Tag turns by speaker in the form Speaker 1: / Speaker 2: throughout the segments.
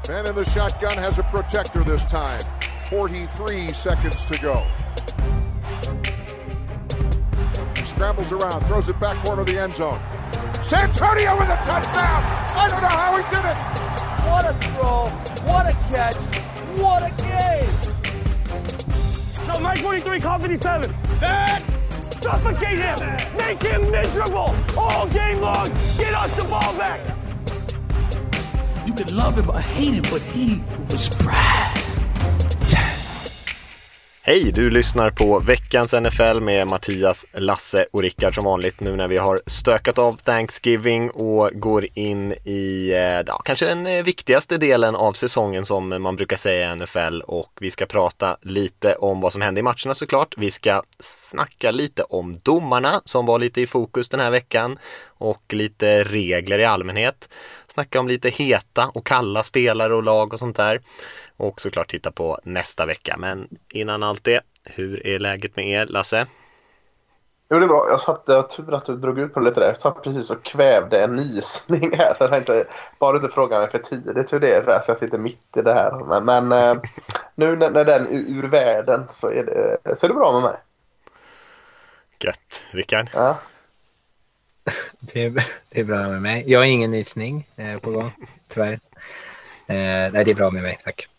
Speaker 1: Man in the shotgun has a protector this time. 43 seconds to go. He scrambles around, throws it back corner of the end zone. Santonio with a touchdown! I don't know how he did it!
Speaker 2: What a throw, what a catch, what a game!
Speaker 3: No, Mike 43, call 57. That! Suffocate him! Make him miserable! All game long! Get us the ball back!
Speaker 4: You could love him or hate him, but he was Brad.
Speaker 5: Hej, du lyssnar på veckans NFL med Mattias, Lasse och Rickard som vanligt nu när vi har stökat av Thanksgiving och går in i kanske den viktigaste delen av säsongen som man brukar säga i NFL, och vi ska prata lite om vad som hände i matcherna såklart. Vi ska snacka lite om domarna som var lite i fokus den här veckan och lite regler i allmänhet. Snacka om lite heta och kalla spelare och lag och sånt där. Och såklart titta på nästa vecka. Men innan allt det, hur är läget med er, Lasse?
Speaker 6: Jo, det är bra. Jag har tur att du drog ut på lite där. Jag satt precis och kvävde en nysning här. Så jag tänkte, bara inte fråga mig för tidigt hur det är. Så jag sitter mitt i det här. Men nu när den är ur världen så är det bra med mig.
Speaker 5: Gött. Rickard?
Speaker 6: Ja.
Speaker 7: Det är bra med mig. Jag har ingen nysning på gång, tyvärr. Nej, det är bra med mig, tack.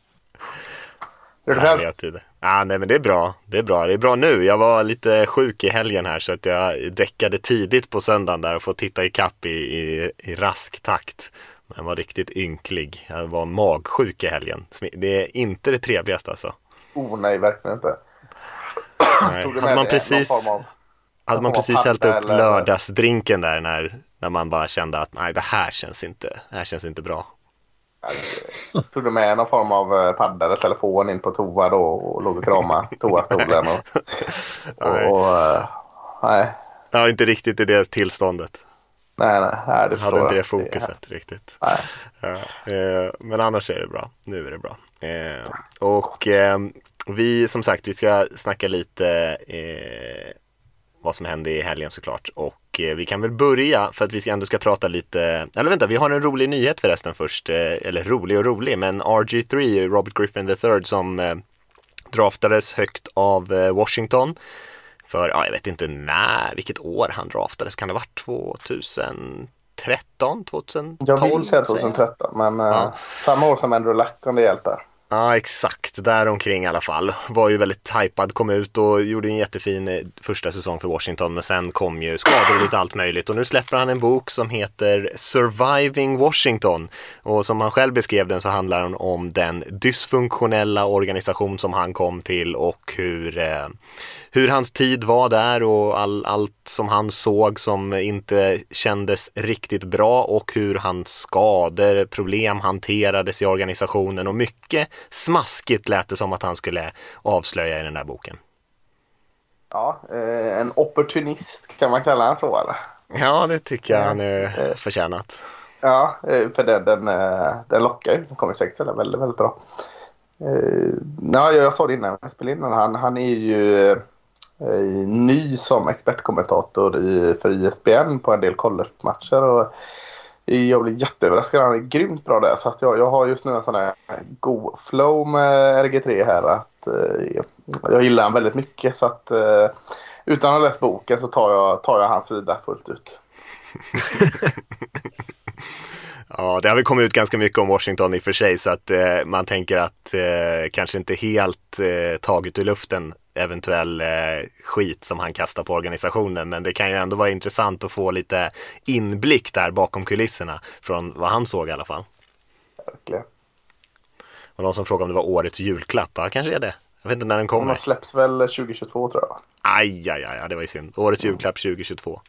Speaker 5: Nej, men det är bra. Det är bra nu. Jag var lite sjuk i helgen här så att jag däckade tidigt på söndagen där och får titta i kapp i rask takt. Men var riktigt ynklig. Jag var magsjuk i helgen. Det är inte det trevligaste alltså.
Speaker 6: Nej, verkligen inte.
Speaker 5: Nej. Hade man precis hällt upp lördagsdrinken där när man bara kände att nej, det här känns inte bra.
Speaker 6: Jag tog med någon form av padda eller telefon in på toa då och låg och krama toastolen nej.
Speaker 5: Ja, inte riktigt i det tillståndet.
Speaker 6: Nej, det
Speaker 5: hade inte det fokuset riktigt.
Speaker 6: Nej.
Speaker 5: Men annars är det bra. Nu är det bra. Vi som sagt, vi ska snacka lite vad som hände i helgen såklart. Och vi kan väl börja för att vi ändå ska prata lite. Eller vänta, vi har en rolig nyhet förresten först. Eller rolig, men RG3, Robert Griffin III, som draftades högt av Washington för, jag vet inte vilket år han draftades. Kan det ha varit 2013, 2012?
Speaker 6: Jag vill säga 2013, men samma år som Andrew Luck om det hjälper.
Speaker 5: Ja, exakt. Där omkring i alla fall. Var ju väldigt hypad, kom ut och gjorde en jättefin första säsong för Washington. Men sen kom ju skador och lite allt möjligt. Och nu släpper han en bok som heter Surviving Washington. Och som han själv beskrev den så handlar den om den dysfunktionella organisation som han kom till. Och hur hans tid var där och allt som han såg som inte kändes riktigt bra. Och hur hans skador, problem hanterades i organisationen. Och mycket smaskigt lät det som att han skulle avslöja i den där boken.
Speaker 6: Ja, en opportunist kan man kalla han så, eller?
Speaker 5: Ja, det tycker jag han är förtjänat.
Speaker 6: Ja, för den lockar ju. Den kommer säkert sälja väldigt, väldigt bra. Jag sa det innan jag spelade in. Han är ju ny som expertkommentator för ISBN på en del college-matcher och jag blir jätteöverraskad. Han är grymt bra där. Så att jag har just nu en sån här god flow med RG3 här. Att jag gillar han väldigt mycket. Så att utan att ha läst boken så tar jag hans sida fullt ut.
Speaker 5: Ja, det har väl kommit ut ganska mycket om Washington i och för sig. Så att man tänker att kanske inte helt taget ur luften eventuell skit som han kastar på organisationen, men det kan ju ändå vara intressant att få lite inblick där bakom kulisserna från vad han såg i alla fall.
Speaker 6: Verkligen.
Speaker 5: Och någon som frågade om det var årets julklapp, kanske är det. Jag vet inte när den kommer.
Speaker 6: Den släpps väl 2022 tror jag.
Speaker 5: Aj, det var ju synd. Årets julklapp 2022.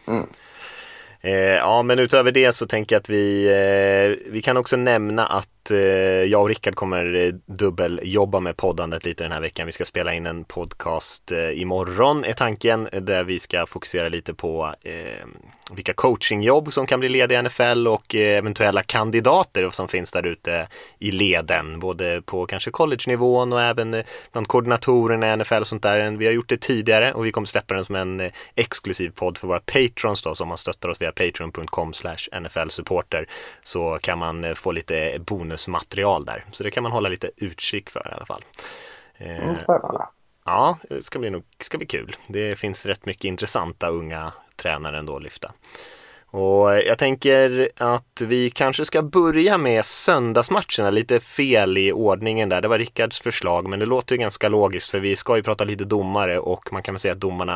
Speaker 5: Men utöver det så tänker jag att vi kan också nämna att jag och Rickard kommer dubbeljobba med poddandet lite den här veckan. Vi ska spela in en podcast imorgon är tanken, där vi ska fokusera lite på vilka coachingjobb som kan bli lediga i NFL och eventuella kandidater som finns där ute i leden, både på kanske college-nivån och även bland koordinatorerna i NFL och sånt där. Vi har gjort det tidigare och vi kommer släppa den som en exklusiv podd för våra patrons då, som har stöttat oss via patreon.com/nflsupporter, så kan man få lite bonusmaterial där. Så det kan man hålla lite utkik för i alla fall.
Speaker 6: Spännande.
Speaker 5: Ja, det ska bli kul. Det finns rätt mycket intressanta unga tränare ändå att lyfta. Och jag tänker att vi kanske ska börja med söndagsmatcherna, lite fel i ordningen där. Det var Rickards förslag, men det låter ju ganska logiskt för vi ska ju prata lite domare och man kan väl säga att domarna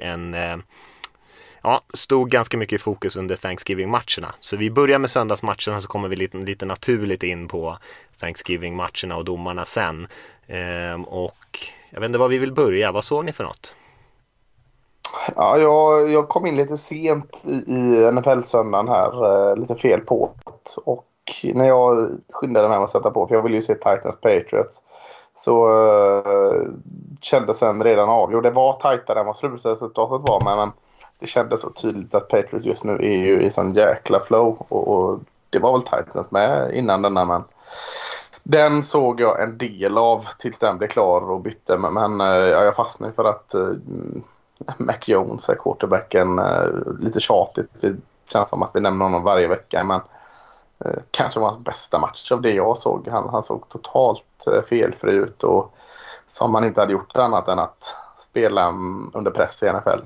Speaker 5: stod ganska mycket i fokus under Thanksgiving-matcherna. Så vi börjar med söndagsmatcherna, så kommer vi lite naturligt in på Thanksgiving-matcherna och domarna sen. Och jag vet inte var vi vill börja. Vad såg ni för något?
Speaker 6: Ja, jag kom in lite sent i NFL-söndagen här, lite fel på. Och när jag skyndade mig att sätta på, för jag ville ju se Titans Patriots, så kändes sen redan avgjord. Det var tajtare än vad slutresultatet var, men det kändes så tydligt att Patriots just nu är ju i sån jäkla flow. Och det var väl Titans med innan denna, men den såg jag en del av tills den blev klar och bytte. Men jag fastnade för att Mac Jones är quarterbacken, lite tjatigt. Det känns som att vi nämner honom varje vecka, men kanske var hans bästa match av det jag såg. Han såg totalt felfri ut och som han inte hade gjort annat än att spela under press i NFL.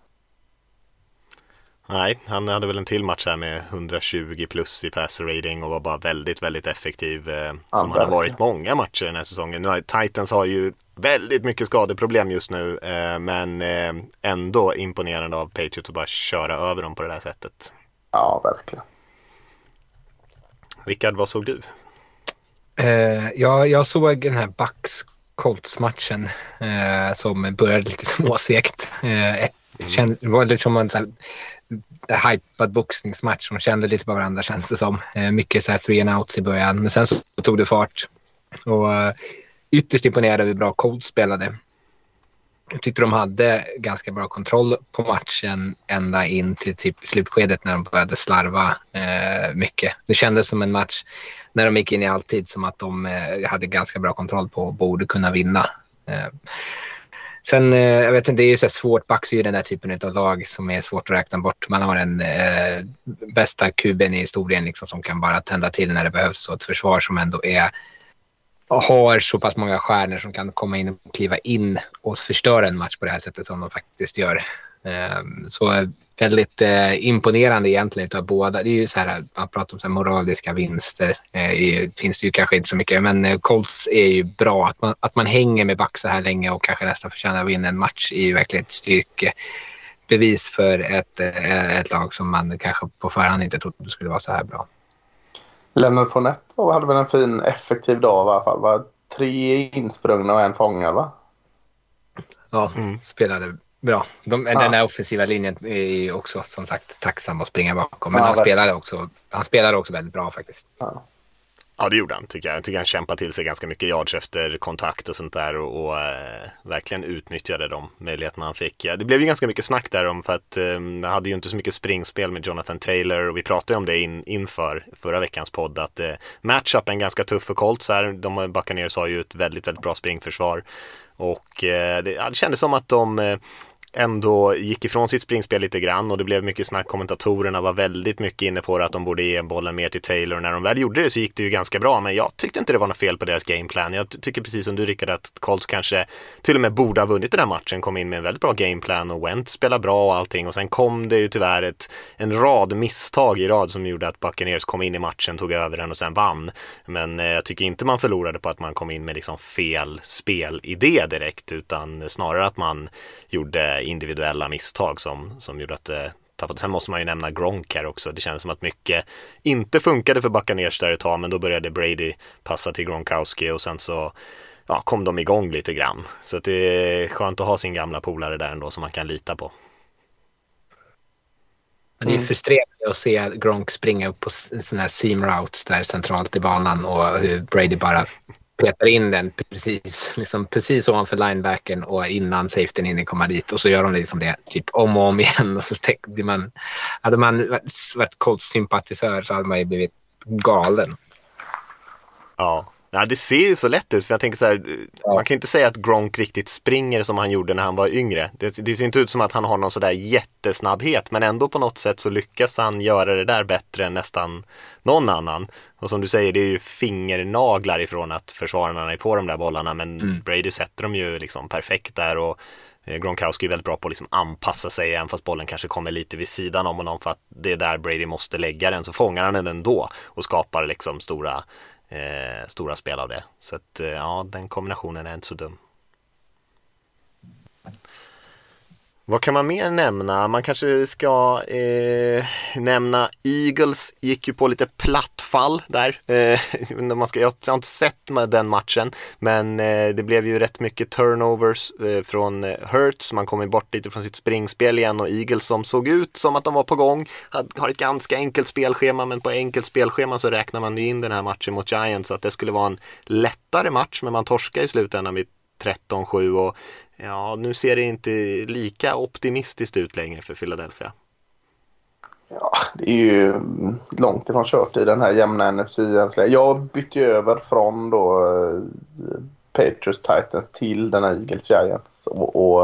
Speaker 5: Nej, han hade väl en till match här med 120 plus i passer rating och var bara väldigt, väldigt effektiv som han har varit många matcher den här säsongen. Nu Titans har ju väldigt mycket skadeproblem just nu, men ändå imponerande av Patriots att bara köra över dem på det där sättet.
Speaker 6: Ja, verkligen.
Speaker 5: Rickard, vad såg du?
Speaker 7: Jag såg den här Bucks-Colts-matchen som började lite småsegt. Det var lite som en sån här hypad boxningsmatch som kände lite på varandra, känns det som. Mycket så här 3 and outs i början, men sen så tog det fart. Och ytterst imponerade hur bra Colts spelade. Jag tyckte de hade ganska bra kontroll på matchen ända in till typ slutskedet när de började slarva mycket. Det kändes som en match när de gick in i alltid som att de hade ganska bra kontroll på och borde kunna vinna. Sen, jag vet inte, det är ju så svårt. Bucks är ju den där typen av lag som är svårt att räkna bort. Man har en bästa kuben i historien liksom, som kan bara tända till när det behövs. Och ett försvar som ändå har så pass många stjärnor som kan komma in och kliva in och förstöra en match på det här sättet som de faktiskt gör. Så väldigt imponerande egentligen utav båda. Det är ju så här, man pratar om så här moraliska vinster. Finns det ju kanske inte så mycket, men Colts är ju bra. Att man hänger med Bucks så här länge och kanske nästan förtjänar att vinna en match är ju verkligen ett styrkebevis för ett lag som man kanske på förhand inte trodde skulle vara så här bra.
Speaker 6: Leonard Fournette hade väl en fin effektiv dag i alla fall. Var 3 insprungna och 1 fångad, va?
Speaker 7: Ja, spelade bra. Den här offensiva linjen är ju också som sagt tacksam att springa bakom. Men han spelade också väldigt bra faktiskt.
Speaker 5: Ja, det gjorde han, tycker jag. Jag tycker han kämpade till sig ganska mycket yards efter kontakt och sånt där och verkligen utnyttjade de möjligheterna han fick. Ja, det blev ju ganska mycket snack där om, för att jag hade ju inte så mycket springspel med Jonathan Taylor och vi pratade om det inför förra veckans podd att matchupen är ganska tuff för Colts här. De Buccaneers har ju ett väldigt, väldigt bra springförsvar och det kändes som att de ändå gick ifrån sitt springspel lite grann och det blev mycket snack. Kommentatorerna var väldigt mycket inne på det, att de borde ge bollen mer till Taylor, och när de väl gjorde det så gick det ju ganska bra, men jag tyckte inte det var något fel på deras gameplan. Jag tycker precis som du, Rickard, att Colts kanske till och med borde ha vunnit den här matchen, kom in med en väldigt bra gameplan och Wentz spelade bra och allting, och sen kom det ju tyvärr en rad misstag i rad som gjorde att Buccaneers kom in i matchen, tog över den och sen vann. Men jag tycker inte man förlorade på att man kom in med liksom fel spelidé direkt, utan snarare att man gjorde individuella misstag som gjorde att tappade. Sen måste man ju nämna Gronk här också. Det känns som att mycket inte funkade för Buccaneers där ett tag, men då började Brady passa till Gronkowski och sen så kom de igång lite grann. Så att det är skönt att ha sin gamla polare där ändå som man kan lita på.
Speaker 7: Det är frustrerande att se Gronk springa upp på såna här seam routes där centralt i banan och hur Brady bara petar in den precis ovanför linebacken och innan safetyn hinner komma dit, och så gör de liksom det typ om och om igen, och så hade man varit Colts sympatisör så hade man ju blivit galen.
Speaker 5: Ja, Ja, det ser ju så lätt ut, för jag tänker så här, man kan ju inte säga att Gronk riktigt springer som han gjorde när han var yngre. Det ser inte ut som att han har någon sådär jättesnabbhet, men ändå på något sätt så lyckas han göra det där bättre än nästan någon annan. Och som du säger, det är ju fingernaglar ifrån att försvararna är på de där bollarna, men Brady sätter dem ju liksom perfekt där, och Gronkowski är väldigt bra på att liksom anpassa sig, även fast bollen kanske kommer lite vid sidan om honom, för att det är där Brady måste lägga den, så fångar han den ändå och skapar liksom stora spel av det. Så att ja, den kombinationen är inte så dum. Vad kan man mer nämna? Man kanske ska nämna Eagles gick ju på lite plattfall där. Jag har inte sett den matchen, men det blev ju rätt mycket turnovers från Hurts. Man kom ju bort lite från sitt springspel igen, och Eagles som såg ut som att de var på gång har ett ganska enkelt spelschema, men på enkelt spelschema så räknar man in den här matchen mot Giants, så att det skulle vara en lättare match, men man torskade i slutändan vid 13-7, och ja, nu ser det inte lika optimistiskt ut längre för Philadelphia.
Speaker 6: Ja, det är ju långt ifrån kört i den här jämna NFC. Jag bytte över från då Patriots Titans till den här Eagles Giants, och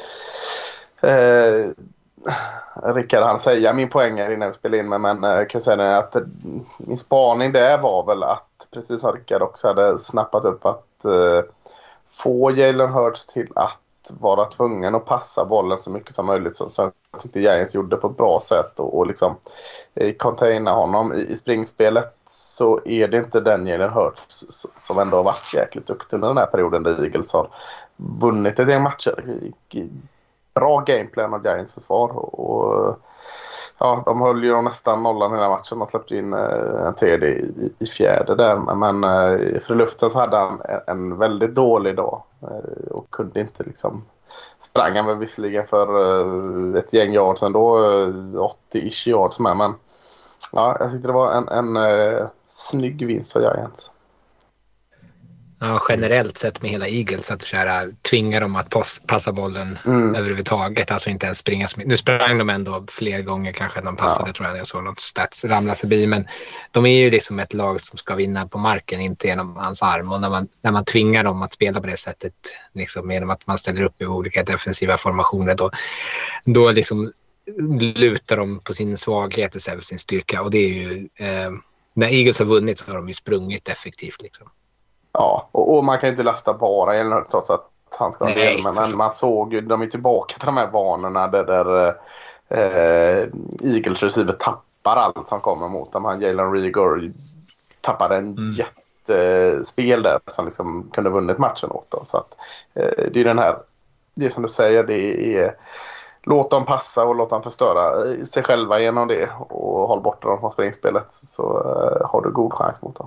Speaker 6: Rickard han säger min poäng här innan vi spelar in, men jag kan säga att min spaning där var väl att, precis som Rickard också hade snappat upp, att få Jalen Hurts till att vara tvungen att passa bollen så mycket som möjligt, som jag tyckte Giants gjorde på ett bra sätt, och liksom containa honom i springspelet. Så är det inte den Jalen Hurts som ändå har varit jäkligt duktig under den här perioden, där Eagles har vunnit ett gäng matcher. Bra gameplan av Giants försvar, och ja, de höll ju nästan nollan i den här matchen. De släppte in en tredje i fjärde där. Men för luften så hade han en väldigt dålig dag. Och kunde inte liksom... Sprang han väl visserligen för ett gäng yards ändå. 80-ish yards med. Men ja, jag tyckte det var en snygg vinst för Giants.
Speaker 7: Ja, generellt sett med hela Eagles, att tvinga dem att passa bollen överhuvudtaget, alltså inte ens springa. Nu sprang de ändå fler gånger kanske än de passade, tror jag såg något stats ramla förbi, men de är ju liksom ett lag som ska vinna på marken, inte genom hans arm, och när man tvingar dem att spela på det sättet, liksom genom att man ställer upp i olika defensiva formationer, då liksom lutar de på sin svaghet istället för sin styrka, och det är ju när Eagles har vunnit så har de ju sprungit effektivt liksom.
Speaker 6: Ja, och man kan inte lasta bara Jalen Hurts trots att han ska ha en del, men man såg ju, de är tillbaka till de här vanorna där Eagles receiver tappar allt som kommer mot dem. Han Jalen Reagor tappade en jättespel där som liksom kunde vunnit matchen åt dem. Så att det är den här, det som du säger, det är låt dem passa och låt dem förstöra sig själva genom det, och håll bort dem från springspelet, så har du god chans mot dem.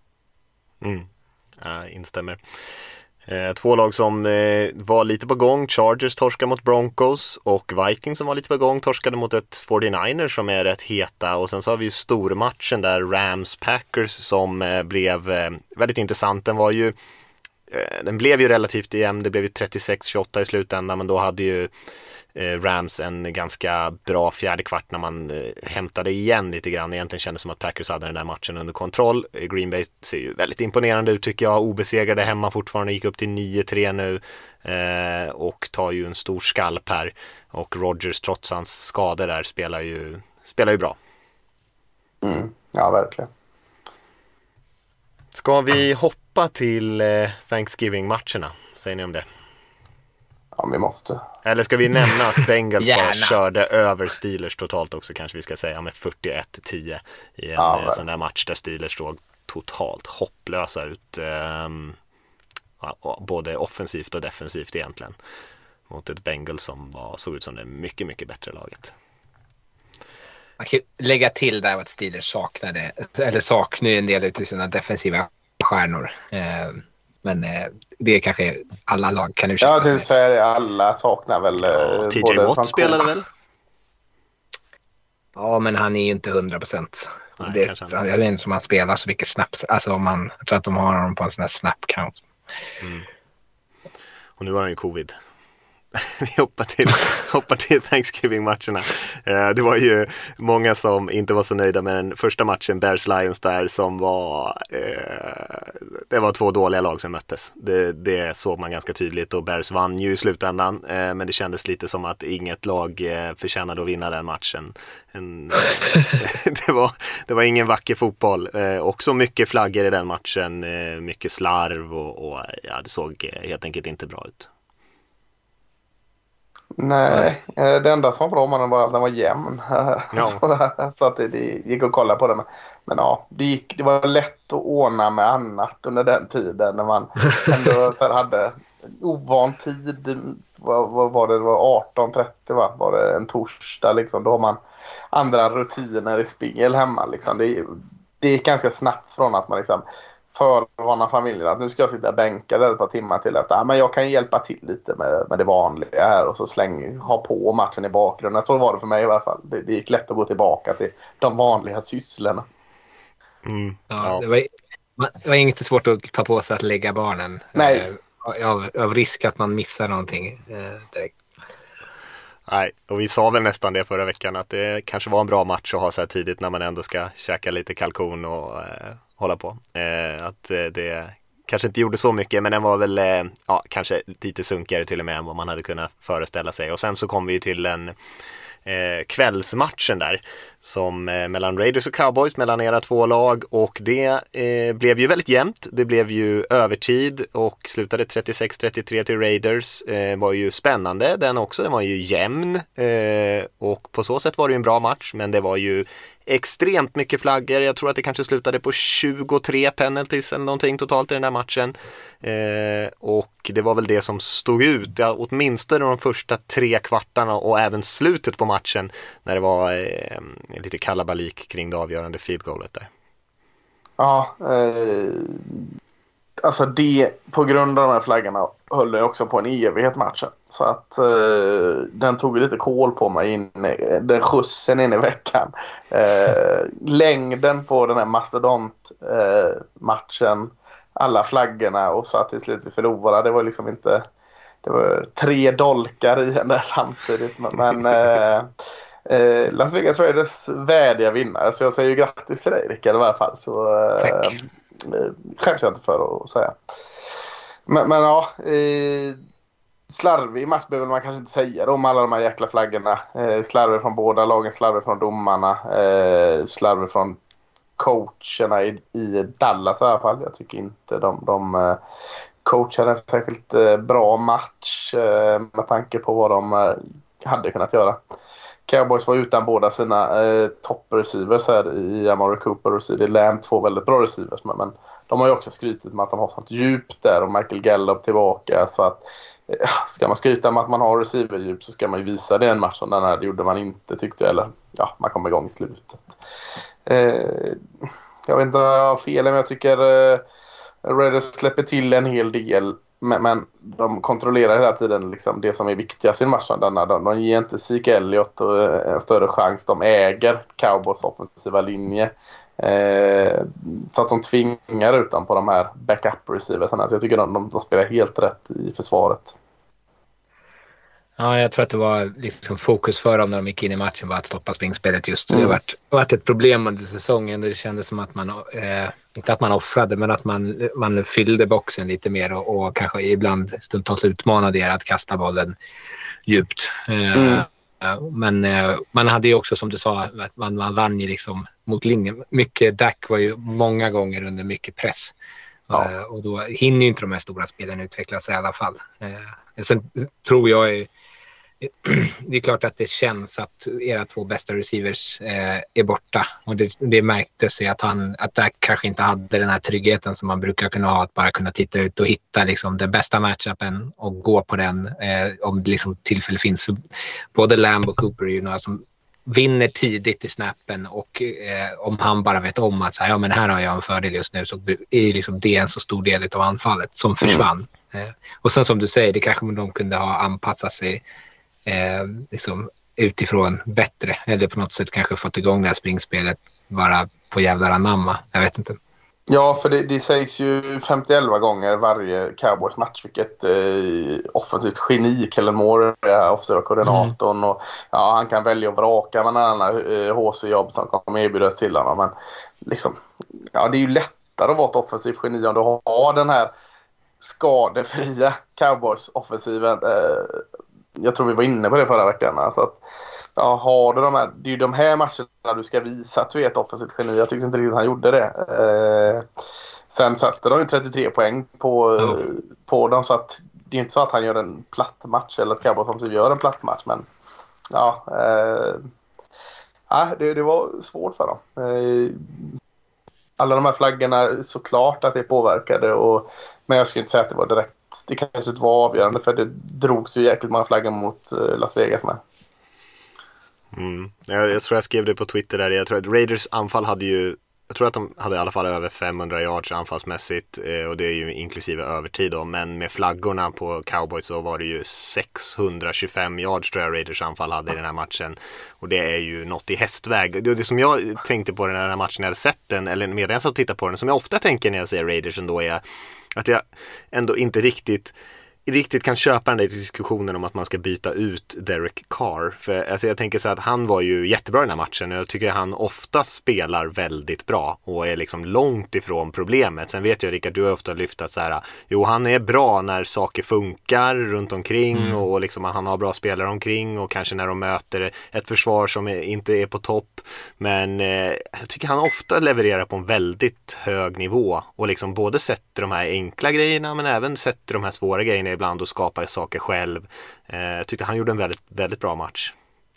Speaker 5: Instämmer. Två lag som var lite på gång. Chargers torskade mot Broncos, och Vikings som var lite på gång torskade mot ett 49ers som är rätt heta. Och sen så har vi ju stormatchen där, Rams-Packers, som blev väldigt intressant. Den blev ju relativt jämn. Det blev ju 36-28 i slutändan, men då hade ju Rams en ganska bra fjärde kvart när man hämtade igen lite grann. Egentligen kändes som att Packers hade den där matchen under kontroll. Green Bay ser ju väldigt imponerande ut tycker jag. Obesegrade hemma fortfarande, gick upp till 9-3 nu och tar ju en stor skalp här. Och Rodgers, trots hans skador där, spelar ju bra.
Speaker 6: Ja, verkligen.
Speaker 5: Ska vi hoppa till Thanksgiving-matcherna? Säger ni om det?
Speaker 6: Ja, vi måste.
Speaker 5: Eller ska vi nämna att Bengals bara körde över Steelers totalt också, kanske vi ska säga, med 41-10 i en sån där match där Steelers såg totalt hopplösa ut, både offensivt och defensivt egentligen, mot ett Bengals som såg ut som det mycket, mycket bättre laget.
Speaker 7: Man kan lägga till där att Steelers saknar en del av sina defensiva stjärnor. Men det kanske alla lag kan ursäkta.
Speaker 6: Ja, det säger alla saknar väl.
Speaker 5: TJ Watt spelade väl?
Speaker 7: Ja, men han är ju inte 100%. Jag vet inte om han spelar så mycket snaps. Alltså jag tror att de har honom på en sån här snap count.
Speaker 5: Och nu har han ju covid. Vi hoppar till Thanksgiving-matcherna. Det var ju många som inte var så nöjda med den första matchen, Bears-Lions där, som var det var 2 dåliga lag som möttes. Det såg man ganska tydligt, och Bears vann ju i slutändan, men det kändes lite som att inget lag förtjänade att vinna den matchen. Det var ingen vacker fotboll. Också mycket flaggor i den matchen, mycket slarv och ja, det såg helt enkelt inte bra ut.
Speaker 6: Nej, det enda som var bra med den var att den var jämn. Ja. så att det gick att kolla på det. Men ja, det var lätt att ordna med annat under den tiden när man ändå så hade ovan tid. Vad var det? Det var 18:30 va? Var det en torsdag liksom. Då har man andra rutiner i spel hemma liksom. Det gick ganska snabbt från att man liksom förvarna familjen att nu ska jag sitta bänkad ett par timmar till att men jag kan hjälpa till lite med det vanliga här, och så ha på matchen i bakgrunden. Så var det för mig i alla fall. Det gick lätt att gå tillbaka till de vanliga sysslorna.
Speaker 7: Ja. Det var inte svårt att ta på sig att lägga barnen.
Speaker 6: Nej.
Speaker 7: Av risk att man missar någonting direkt.
Speaker 5: Nej, och vi sa väl nästan det förra veckan, att det kanske var en bra match att ha så här tidigt när man ändå ska käka lite kalkon och hålla på. Att det kanske inte gjorde så mycket, men den var väl kanske lite sunkigare till och med än vad man hade kunnat föreställa sig. Och sen så kom vi till en kvällsmatchen där som mellan Raiders och Cowboys, mellan era 2 lag, och det blev ju väldigt jämnt. Det blev ju övertid och slutade 36-33 till Raiders. Var ju spännande den också, den var ju jämn och på så sätt var det ju en bra match, men det var ju extremt mycket flaggor. Jag tror att det kanske slutade på 23 penalties eller någonting totalt i den där matchen. Och det var väl det som stod ut, åtminstone de första 3 kvartarna och även slutet på matchen, när det var lite kalabalik kring det avgörande field goalet där.
Speaker 6: Ja, alltså det, på grund av de här flaggorna höll det också på en evighet matchen. Så att den tog lite kål på mig den skjutsen in i veckan. Längden på den här mastodont-matchen, alla flaggorna, och så att till slut vi förlorade. Det var liksom inte, det var 3 dolkar i den där samtidigt. Men Las Vegas Raiders värdiga vinnare, så jag säger ju grattis till dig, Rickard, i alla fall. Så skäms jag inte för att säga. Men ja, slarvig match behöver man kanske inte säga då, om alla de här jäkla flaggorna. Slarvig från båda lagen, slarvig från domarna, slarvig från coacherna i Dallas i alla fall. Jag tycker inte de coachade en särskilt bra match med tanke på vad de hade kunnat göra. Cowboys var utan båda sina top-receivers här i Amari Cooper och CD Lamb, 2 väldigt bra receivers, men de har ju också skrytit med att de har sånt djup där, och Michael Gallup tillbaka, så att ska man skryta med att man har receiver-djup så ska man ju visa det i en match som den här. Det gjorde man inte, tyckte jag, eller man kom igång i slutet. Jag vet inte vad jag har fel, men jag tycker Raiders släpper till en hel del. Men de kontrollerar hela tiden liksom det som är viktigast i matchen. De ger inte Zeke Elliott en större chans. De äger Cowboys offensiva linje. Så att de tvingar ut dem på de här backup-receiversarna. Så jag tycker de spelar helt rätt i försvaret.
Speaker 7: Ja, jag tror att det var liksom fokus för dem när de gick in i matchen var att stoppa springspelet just. Det har varit ett problem under säsongen. Det kändes som att man, inte att man offrade, men att man fyllde boxen lite mer och kanske ibland stundtals utmanade er att kasta bollen djupt. Men man hade ju också, som du sa, att man vann ju liksom mot linjen. Mycket Dak var ju många gånger under mycket press. Och då hinner ju inte de här stora spelen utveckla sig i alla fall. Sen tror jag det är klart att det känns att era 2 bästa receivers är borta, och det märktes i att Dak kanske inte hade den här tryggheten som man brukar kunna ha, att bara kunna titta ut och hitta liksom den bästa matchupen och gå på den om det liksom tillfälle finns. Både Lamb och Cooper är ju några som vinner tidigt i snappen, och om han bara vet om att så här, men här har jag en fördel just nu, så är liksom det en så stor del av anfallet som försvann. Och sen som du säger, det kanske de kunde ha anpassat sig liksom utifrån bättre, eller på något sätt kanske fått igång det här springspelet bara på jävlar anamma. Jag vet inte.
Speaker 6: Ja, för det sägs ju 51 gånger varje Cowboys match vilket offensivt geni Kellen Moore är, offensiva koordinatorn. Och, ja, han kan välja och vraka med en annan HC-jobb som kommer erbjudas till honom. Men liksom, ja, det är ju lättare att vara ett offensivt geni om du har den här skadefria Cowboys-offensiven. Jag tror vi var inne på det förra veckan. Alltså att, ja, har du det är ju de här matcherna du ska visa att du är ett offensivt geni. Jag tyckte inte riktigt han gjorde det. Sen satte de ju 33 poäng på dem, så att det är inte så att han gör en platt match eller att Cowboys gör en platt match, men ja, det var svårt för dem. Alla de här flaggorna, såklart att det påverkade, men jag skulle inte säga att det var direkt. Det kanske inte var avgörande, för det drogs ju jäkligt många flaggor mot Las Vegas med.
Speaker 5: Jag tror jag skrev det på Twitter där. Jag tror att Raiders anfall jag tror att de hade i alla fall över 500 yards anfallsmässigt, och det är ju inklusive övertid då, men med flaggorna på Cowboys så var det ju 625 yards tror jag Raiders anfall hade i den här matchen, och det är ju något i hästväg. Det som jag tänkte på den här matchen när jag hade sett den, eller medan jag tittar på den, som jag ofta tänker när jag ser Raiders ändå, är att jag ändå inte riktigt kan köpa den där diskussionen om att man ska byta ut Derek Carr. För alltså, jag tänker så att han var ju jättebra i den här matchen, och jag tycker att han ofta spelar väldigt bra och är liksom långt ifrån problemet. Sen vet jag, Rickard, du har ofta lyft att så här, jo, han är bra när saker funkar runt omkring och liksom han har bra spelare omkring, och kanske när de möter ett försvar som inte är på topp. Men jag tycker han ofta levererar på en väldigt hög nivå och liksom både sätter de här enkla grejerna men även sätter de här svåra grejerna ibland och skapar saker själv. Jag tyckte han gjorde en väldigt, väldigt bra match.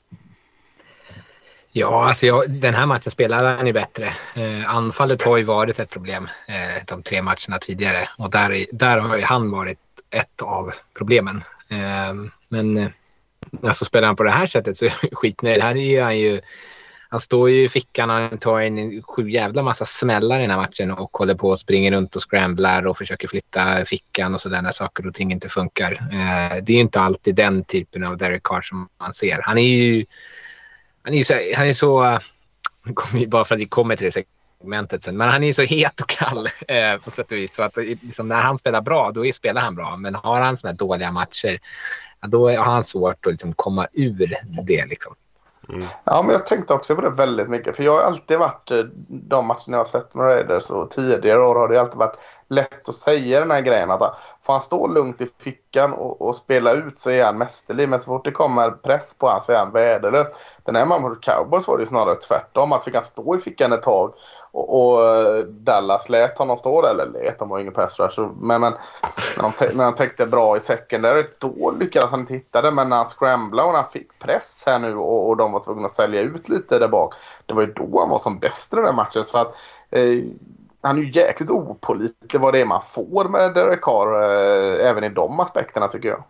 Speaker 7: Ja, alltså den här matchen spelade han ju bättre. Anfallet har ju varit ett problem de 3 matcherna tidigare, och där har ju han varit ett av problemen. Men alltså spelar han på det här sättet så är jag skitnöjd. Här är han ju, han står ju i fickan och han tar en 7 jävla massa smällar i den här matchen och håller på och springer runt och scramblar och försöker flytta fickan och sådär när saker och ting inte funkar. Det är ju inte alltid den typen av Derek Carr som man ser. Han är så bara för att vi kommer till det segmentet sen, men han är så het och kall på sätt och vis, så att liksom, när han spelar bra då spelar han bra, men har han såna här dåliga matcher, då har han svårt att liksom komma ur det liksom.
Speaker 6: Ja, men jag tänkte också på det väldigt mycket, för jag har alltid varit, de matcherna jag har sett med Raiders och tidigare år har det alltid varit lätt att säga den här grejen att får han stå lugnt i fickan och spela ut så är han mästerlig, men så fort det kommer press på han så är han värdelös. Den här matchen mot Cowboys var det snarare tvärtom, att fick han stå i fickan ett tag och Dallas lät honom stå där, eller lät, de var ingen pass rush, men när de täckte bra i secondary, då lyckades han inte hitta det, men när han scramblade och när han fick press här nu och de var tvungna att sälja ut lite där bak, det var ju då han var som bäst i den här matchen. Så att han är ju jäkligt opålitlig vad det är man får med Derek Carr, även i de aspekterna tycker jag.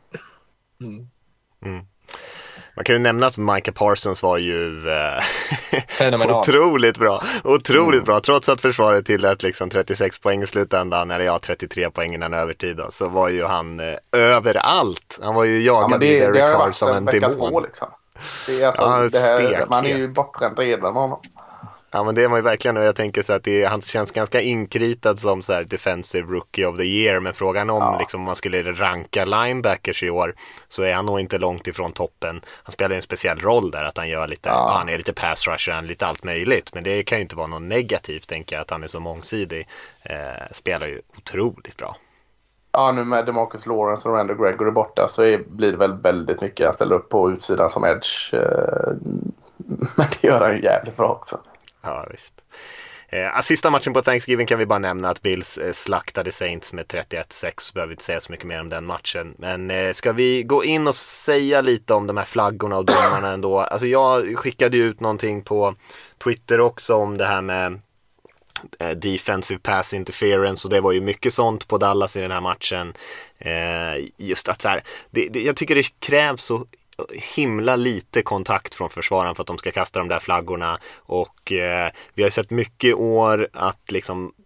Speaker 5: Man kan ju nämna att Micah Parsons var ju otroligt bra, trots att försvaret tillät liksom 36 poäng i slutändan, eller 33 poäng innan övertid då, så var ju han överallt. Han var ju jagad med Derek Carr som en demon.
Speaker 6: Liksom. Det är alltså, det här, man är ju bortskämd redan med honom.
Speaker 5: Ja, men det är man ju verkligen, och jag tänker så att han känns ganska inkritad som så här defensive rookie of the year, men frågan om liksom, man skulle ranka linebackers i år så är han nog inte långt ifrån toppen. Han spelar en speciell roll där, att han gör lite, han är lite pass rusher, han är lite allt möjligt, men det kan ju inte vara något negativt, tänker jag, att han är så mångsidig. Spelar ju otroligt bra. Ja,
Speaker 6: nu med DeMarcus Lawrence och Randy Gregory borta så blir det väl väldigt mycket att ställa upp på utsidan som edge, men det gör han ju jävligt bra också.
Speaker 5: Ja, visst. Sista matchen på Thanksgiving kan vi bara nämna att Bills slaktade Saints med 31-6. Behöver inte säga så mycket mer om den matchen. Men ska vi gå in och säga lite om de här flaggorna och domarna ändå? Alltså jag skickade ut någonting på Twitter också om det här med defensive pass interference, och det var ju mycket sånt på Dallas i den här matchen. Just att så här, jag tycker det krävs så himla lite kontakt från försvararen för att de ska kasta de där flaggorna, och vi har sett mycket i år att liksom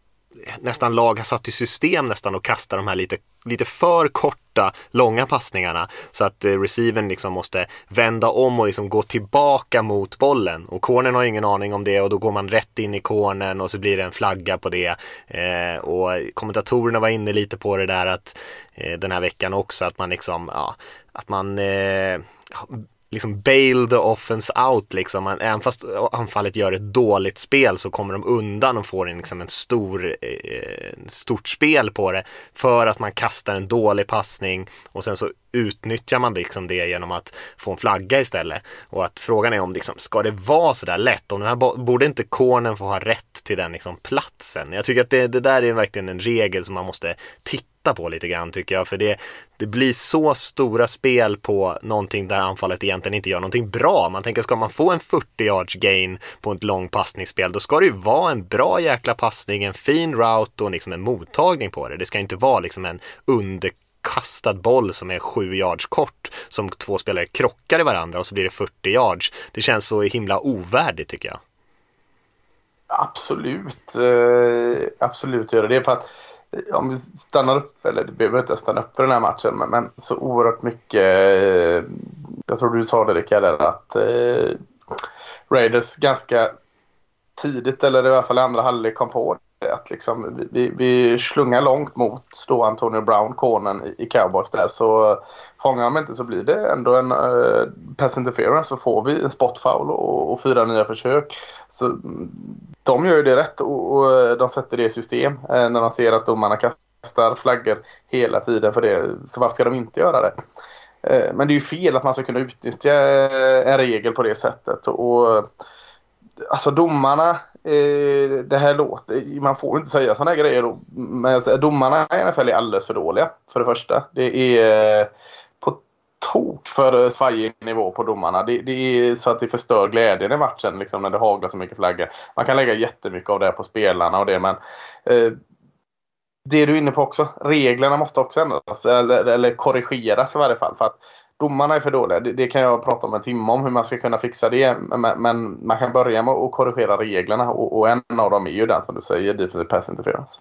Speaker 5: nästan lag har satt i system nästan och kastar de här lite för korta, långa passningarna så att receivern liksom måste vända om och liksom gå tillbaka mot bollen, och cornern har ingen aning om det, och då går man rätt in i cornern och så blir det en flagga på det. Och kommentatorerna var inne lite på det där att den här veckan också, att man liksom att man liksom bail the offense out liksom. Även fast anfallet gör ett dåligt spel så kommer de undan och får liksom en stort spel på det för att man kastar en dålig passning, och sen så utnyttjar man liksom det genom att få en flagga istället. Och att frågan är om liksom, ska det vara så där lätt? Om den här borde inte cornern få ha rätt till den liksom platsen? Jag tycker att det där är verkligen en regel som man måste titta på lite grann, tycker jag. För det blir så stora spel på någonting där anfallet egentligen inte gör någonting bra. Man tänker, ska man få en 40 yards gain på ett lång passningsspel, då ska det ju vara en bra jäkla passning, en fin route och liksom en mottagning på det. Det ska inte vara liksom en underkastad boll som är 7 yards kort, som två spelare krockar i varandra och så blir det 40 yards. Det känns så himla ovärdigt, tycker jag.
Speaker 6: Absolut gör det. För att om vi stannar upp, eller det behöver inte stanna upp för den här matchen, men så oerhört mycket, jag tror du sa det, Rickard, att Raiders ganska tidigt, eller i alla fall i andra halvlek, kom på det, att liksom, vi slungar långt mot då Antonio Brown, cornern i Cowboys där, så fångar man inte så blir det ändå en pass interference, så får vi en spot foul och 4 nya försök. Så de gör ju det rätt och de sätter det i system när de ser att domarna kastar flaggor hela tiden för det, så varför ska de inte göra det? Men det är ju fel att man ska kunna utnyttja en regel på det sättet, och alltså domarna, det här låter, man får inte säga såna här grejer, men domarna i alla fall är alldeles för dåliga, för det första. Det är på tok för svajig nivå på domarna. Det är så att det förstör glädjen i matchen liksom, när det haglar så mycket flaggor. Man kan lägga jättemycket av det på spelarna och det, men det du är inne på också, reglerna måste också ändras eller korrigeras i varje fall, för att domarna är för dåliga. Det kan jag prata om en timme om hur man ska kunna fixa det, men man kan börja med att korrigera reglerna, och en av dem är ju den som du säger, defensive pass interference.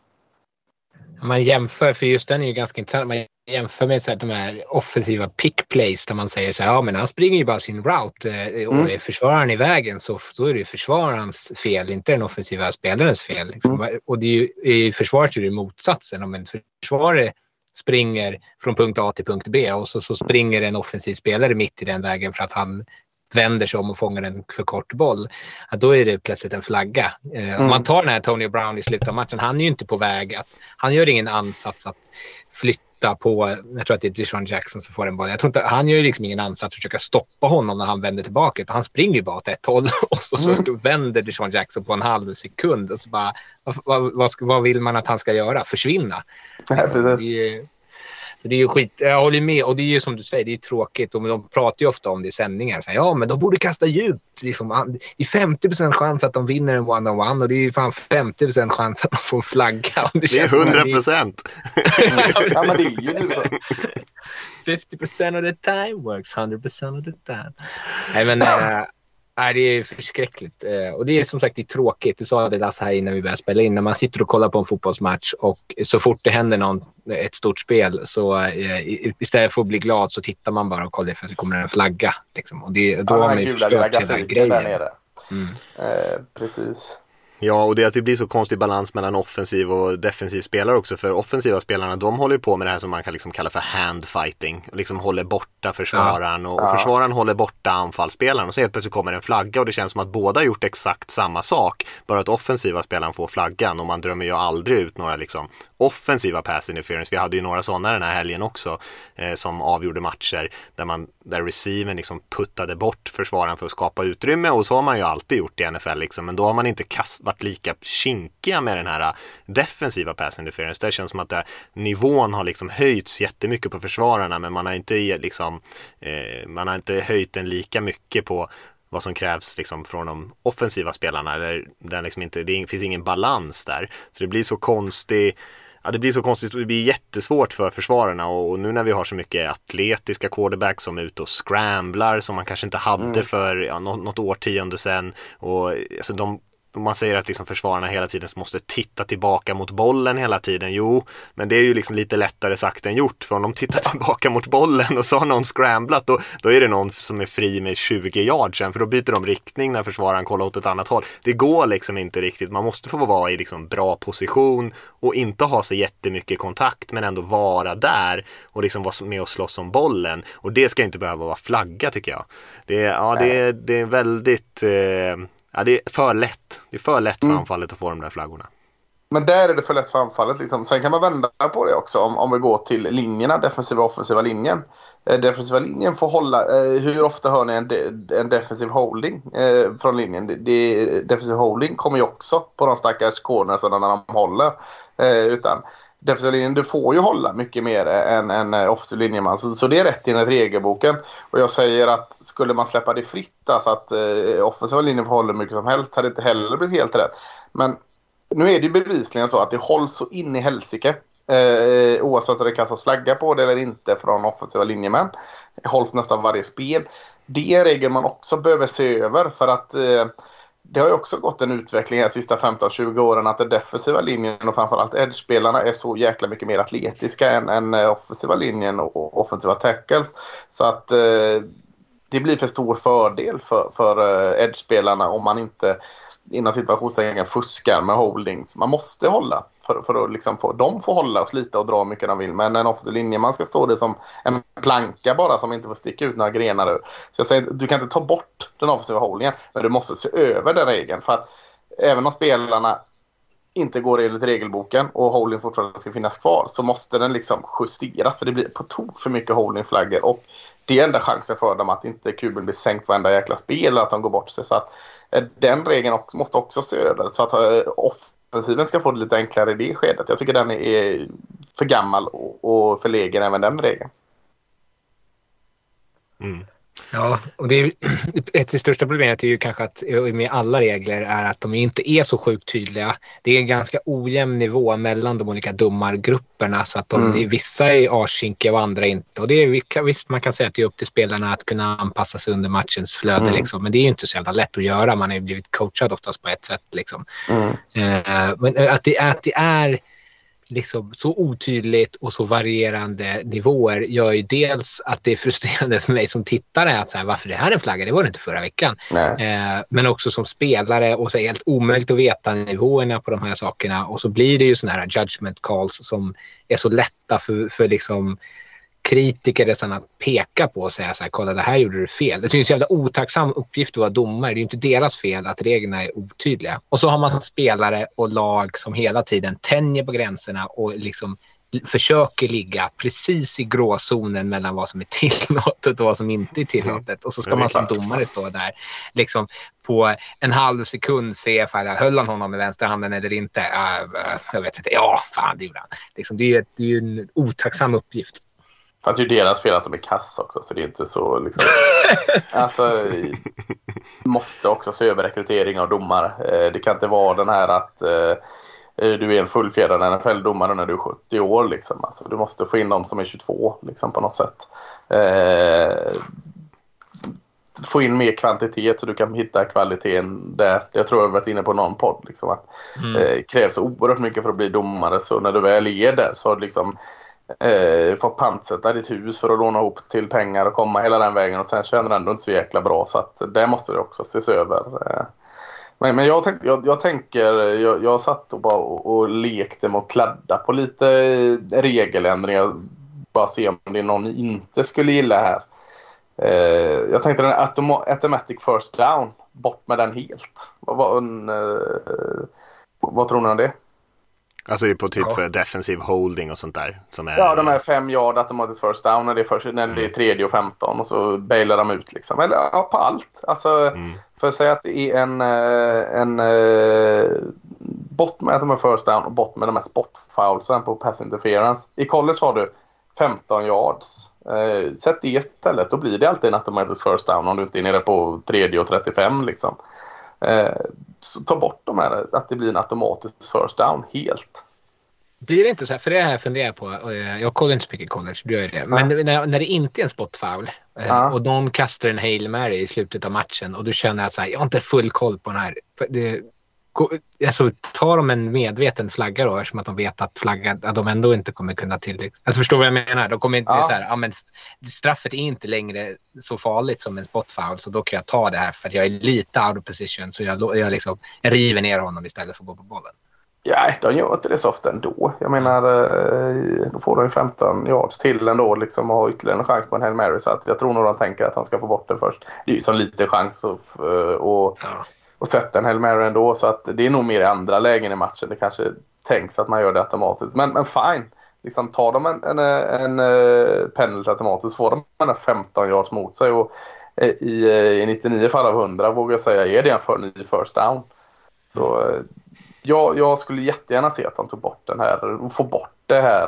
Speaker 7: Man jämför, för just den är ju ganska intressant, man jämför med så här, de här offensiva pick plays där man säger så här, ja men han springer ju bara sin route och är försvararen i vägen, så då är det ju försvararens fel, inte den offensiva spelarens fel liksom. Och det är ju, i försvaret är det motsatsen, om en försvarare springer från punkt A till punkt B och så springer en offensiv spelare mitt i den vägen för att han vänder sig om och fångar en för kort boll, då är det plötsligt en flagga. Om man tar den här Tony Brown i slutet av matchen, han är ju inte på väg att, han gör ingen ansats att flytta på, jag tror att det är DeSean Jackson som får en boll. Jag tror inte, han gör ju liksom ingen ansats att försöka stoppa honom när han vänder tillbaka, utan han springer ju bara åt ett håll och så vänder DeSean Jackson på en halv sekund och så bara, vad vill man att han ska göra? Försvinna. Liksom, det är ju skit, jag håller med, och det är ju som du säger, det är tråkigt, och de pratar ju ofta om det i sändningar, så här, ja men de borde kasta djupt liksom. Det är 50% chans att de vinner en one-on-one, och det är fan 50% chans att de får en flagga.
Speaker 5: Det är 100%.
Speaker 6: Ja men det är ju så.
Speaker 7: 50% of the time works 100% of the time. Nej men det är förskräckligt. Och det är som sagt, det är tråkigt. Du sa det Lasse här innan vi började spela in. När man sitter och kollar på en fotbollsmatch och så fort det händer ett stort spel, så istället för att bli glad så tittar man bara och kollar för att det kommer en flagga. Liksom. Och då har man ju förstört hela grejen.
Speaker 6: Precis.
Speaker 5: Ja, och det blir så konstig balans mellan offensiv och defensiv spelare också, för offensiva spelarna, de håller ju på med det här som man kan liksom kalla för handfighting, och liksom håller borta försvararen och försvararen håller borta anfallsspelaren, och så helt plötsligt kommer en flagga och det känns som att båda har gjort exakt samma sak, bara att offensiva spelaren får flaggan, och man drömmer ju aldrig ut några liksom offensiva pass interference. Vi hade ju några sådana den här helgen också som avgjorde matcher där receiven liksom puttade bort försvararen för att skapa utrymme, och så har man ju alltid gjort i NFL liksom, men då har man inte varit lika kinkiga med den här defensiva pass interference. Det känns som att nivån har liksom höjts jättemycket på försvararna, men man har inte höjt den lika mycket på vad som krävs liksom från de offensiva spelarna, eller det finns ingen balans där. Så det blir så konstigt. Ja, det blir så konstigt och det blir jättesvårt för försvararna, och nu när vi har så mycket atletiska quarterbacks som är ute och scramblar som man kanske inte hade för något årtionde sedan, och alltså man säger att liksom försvararna hela tiden måste titta tillbaka mot bollen hela tiden. Jo, men det är ju liksom lite lättare sagt än gjort. För om de tittar tillbaka mot bollen och så har någon scramblat, då är det någon som är fri med 20 yards sen, för då byter de riktning när försvararen kollar åt ett annat håll. Det går liksom inte riktigt. Man måste få vara i liksom bra position och inte ha så jättemycket kontakt, men ändå vara där och liksom vara med och slåss om bollen. Och det ska inte behöva vara flagga, tycker jag. Det är väldigt... det är för lätt. Det är för lätt för anfallet att få de där flaggorna.
Speaker 6: Men där är det för lätt för anfallet. Liksom. Sen kan man vända på det också om vi går till linjerna, defensiva och offensiva linjen. Defensiva linjen får hålla... hur ofta hör ni en defensiv holding från linjen? Defensiv holding kommer ju också på de stackars cornersarna när de håller. Utan defensiva linjen, du får ju hålla mycket mer än offensiv linjeman. Så det är rätt enligt regelboken. Och jag säger att skulle man släppa det fritt, alltså att offensiva linjen får hålla mycket som helst, hade det inte heller blivit helt rätt. Men nu är det ju bevisligen så att det hålls så in i helsike. Oavsett om det kastas flagga på det eller inte från offensiva linjemän. Det hålls nästan varje spel. Det är en regel man också behöver se över, för att det har ju också gått en utveckling de sista 15-20 åren att den defensiva linjen och framförallt edge-spelarna är så jäkla mycket mer atletiska än offensiva linjen och offensiva tackles. Så att det blir för stor fördel för edge-spelarna om man inte innan situationen fuskar med holdings. Man måste hålla för att liksom de får hålla och slita och dra mycket de vill. Men en offensiv linje, man ska stå det som en planka bara som inte får sticka ut några grenar. Så jag säger, du kan inte ta bort den offensiva holdingen, men du måste se över den regeln. För att även om spelarna inte går enligt regelboken och holding fortfarande ska finnas kvar, så måste den liksom justeras, för det blir på tok för mycket holdingflaggor och det är enda chansen för dem att inte kuben blir sänkt varenda jäkla spel och att de går bort sig. Så att den regeln måste också se över så att offensiven ska få det lite enklare i det skedet. Jag tycker den är för gammal och förlegen även den regeln.
Speaker 7: Ja, och det är ett största problemet är ju kanske att med alla regler är att de inte är så sjukt tydliga. Det är en ganska ojämn nivå mellan de olika domargrupperna, så att vissa är arsinkiga och andra inte. Och det är visst, man kan säga att det är upp till spelarna att kunna anpassa sig under matchens flöde liksom. Men det är ju inte så jävla lätt att göra. Man har ju blivit coachad oftast på ett sätt liksom. Men att det är liksom så otydligt och så varierande nivåer gör ju dels att det är frustrerande för mig som tittare att säga, varför det här är en flagga, det var det inte förra veckan. Men också som spelare och så är det helt omöjligt att veta nivåerna på de här sakerna, och så blir det ju såna här judgment calls som är så lätta för liksom kritiker att peka på och säga så här, kolla, det här gjorde du fel. Det är en så jävla otacksam uppgift att vara domare. Det är ju inte deras fel att reglerna är otydliga. Och så har man spelare och lag som hela tiden tänjer på gränserna och liksom försöker ligga precis i gråzonen mellan vad som är tillåtet och vad som inte är tillåtet. Och så ska man som domare stå där liksom på en halv sekund se ifall höll han honom med vänsterhanden eller inte. Jag vet inte. Ja, fan, det gjorde han. Liksom, det är ju en otacksam uppgift.
Speaker 6: Fast det är ju deras fel att de är kass också, så det är inte så liksom... Alltså, måste också se över rekrytering av domare. Det kan inte vara den här att du är en fullfjädrad NFL-domare när du är 70 år liksom. Alltså, du måste få in dem som är 22 liksom, på något sätt. Få in mer kvantitet så du kan hitta kvaliteten där. Jag tror jag har varit inne på någon podd liksom, att krävs oerhört mycket för att bli domare, så när du väl är där så har du liksom fått pantsätta ditt hus för att låna ihop till pengar och komma hela den vägen, och sen känner du ändå inte så jäkla bra, så att det måste det också ses över. Men jag satt och bara och lekte med att kladda på lite regeländringar, bara se om det är någon ni inte skulle gilla här. Jag tänkte den automatic first down, bort med den helt. Vad tror ni om det?
Speaker 5: Alltså det är på typ defensive holding och sånt där som är...
Speaker 6: Ja, de är 5 yard automatic first down när det är 3 och 15 och så bailar de ut liksom. Eller ja, på allt. Alltså för att säga att det är en bort med att de är first down och bort med de här spot foulsen på pass interference. I college har du 15 yards. Sätt det istället, då blir det alltid en automatic first down om du inte är nere på 3 och 35 liksom. Så ta bort de här, att det blir en automatisk first down helt.
Speaker 7: Blir det inte så här, för det här jag funderar på, jag kollar inte så mycket college, du gör det. Men när det inte är en spot foul och de kastar en Hail Mary i slutet av matchen och du känner att så här, jag har inte full koll på den här, alltså, tar de en medveten flagga då, eftersom att de vet att de ändå inte kommer kunna alltså, förstår vad jag menar? De kommer inte så här, men straffet är inte längre så farligt som en spotfoul, så då kan jag ta det här för att jag är lite out of position, så jag river ner honom istället för att gå på bollen.
Speaker 6: Ja, de gör inte det så ofta ändå. Jag menar, då får de 15 yards till ändå liksom, och har ytterligare en chans på en Hail Mary, så att jag tror nog de tänker att han ska få bort den först. Det är ju så lite chans och sätta en Hail Mary ändå, så att det är nog mer i andra lägen i matchen. Det kanske tänks att man gör det automatiskt. Men fine, liksom, tar de en penalty automatiskt, får de 15 yards mot sig, och i 99 fall av 100 vågar jag säga är det en ny first down. Så jag skulle jättegärna se att han tog bort den här och få bort det här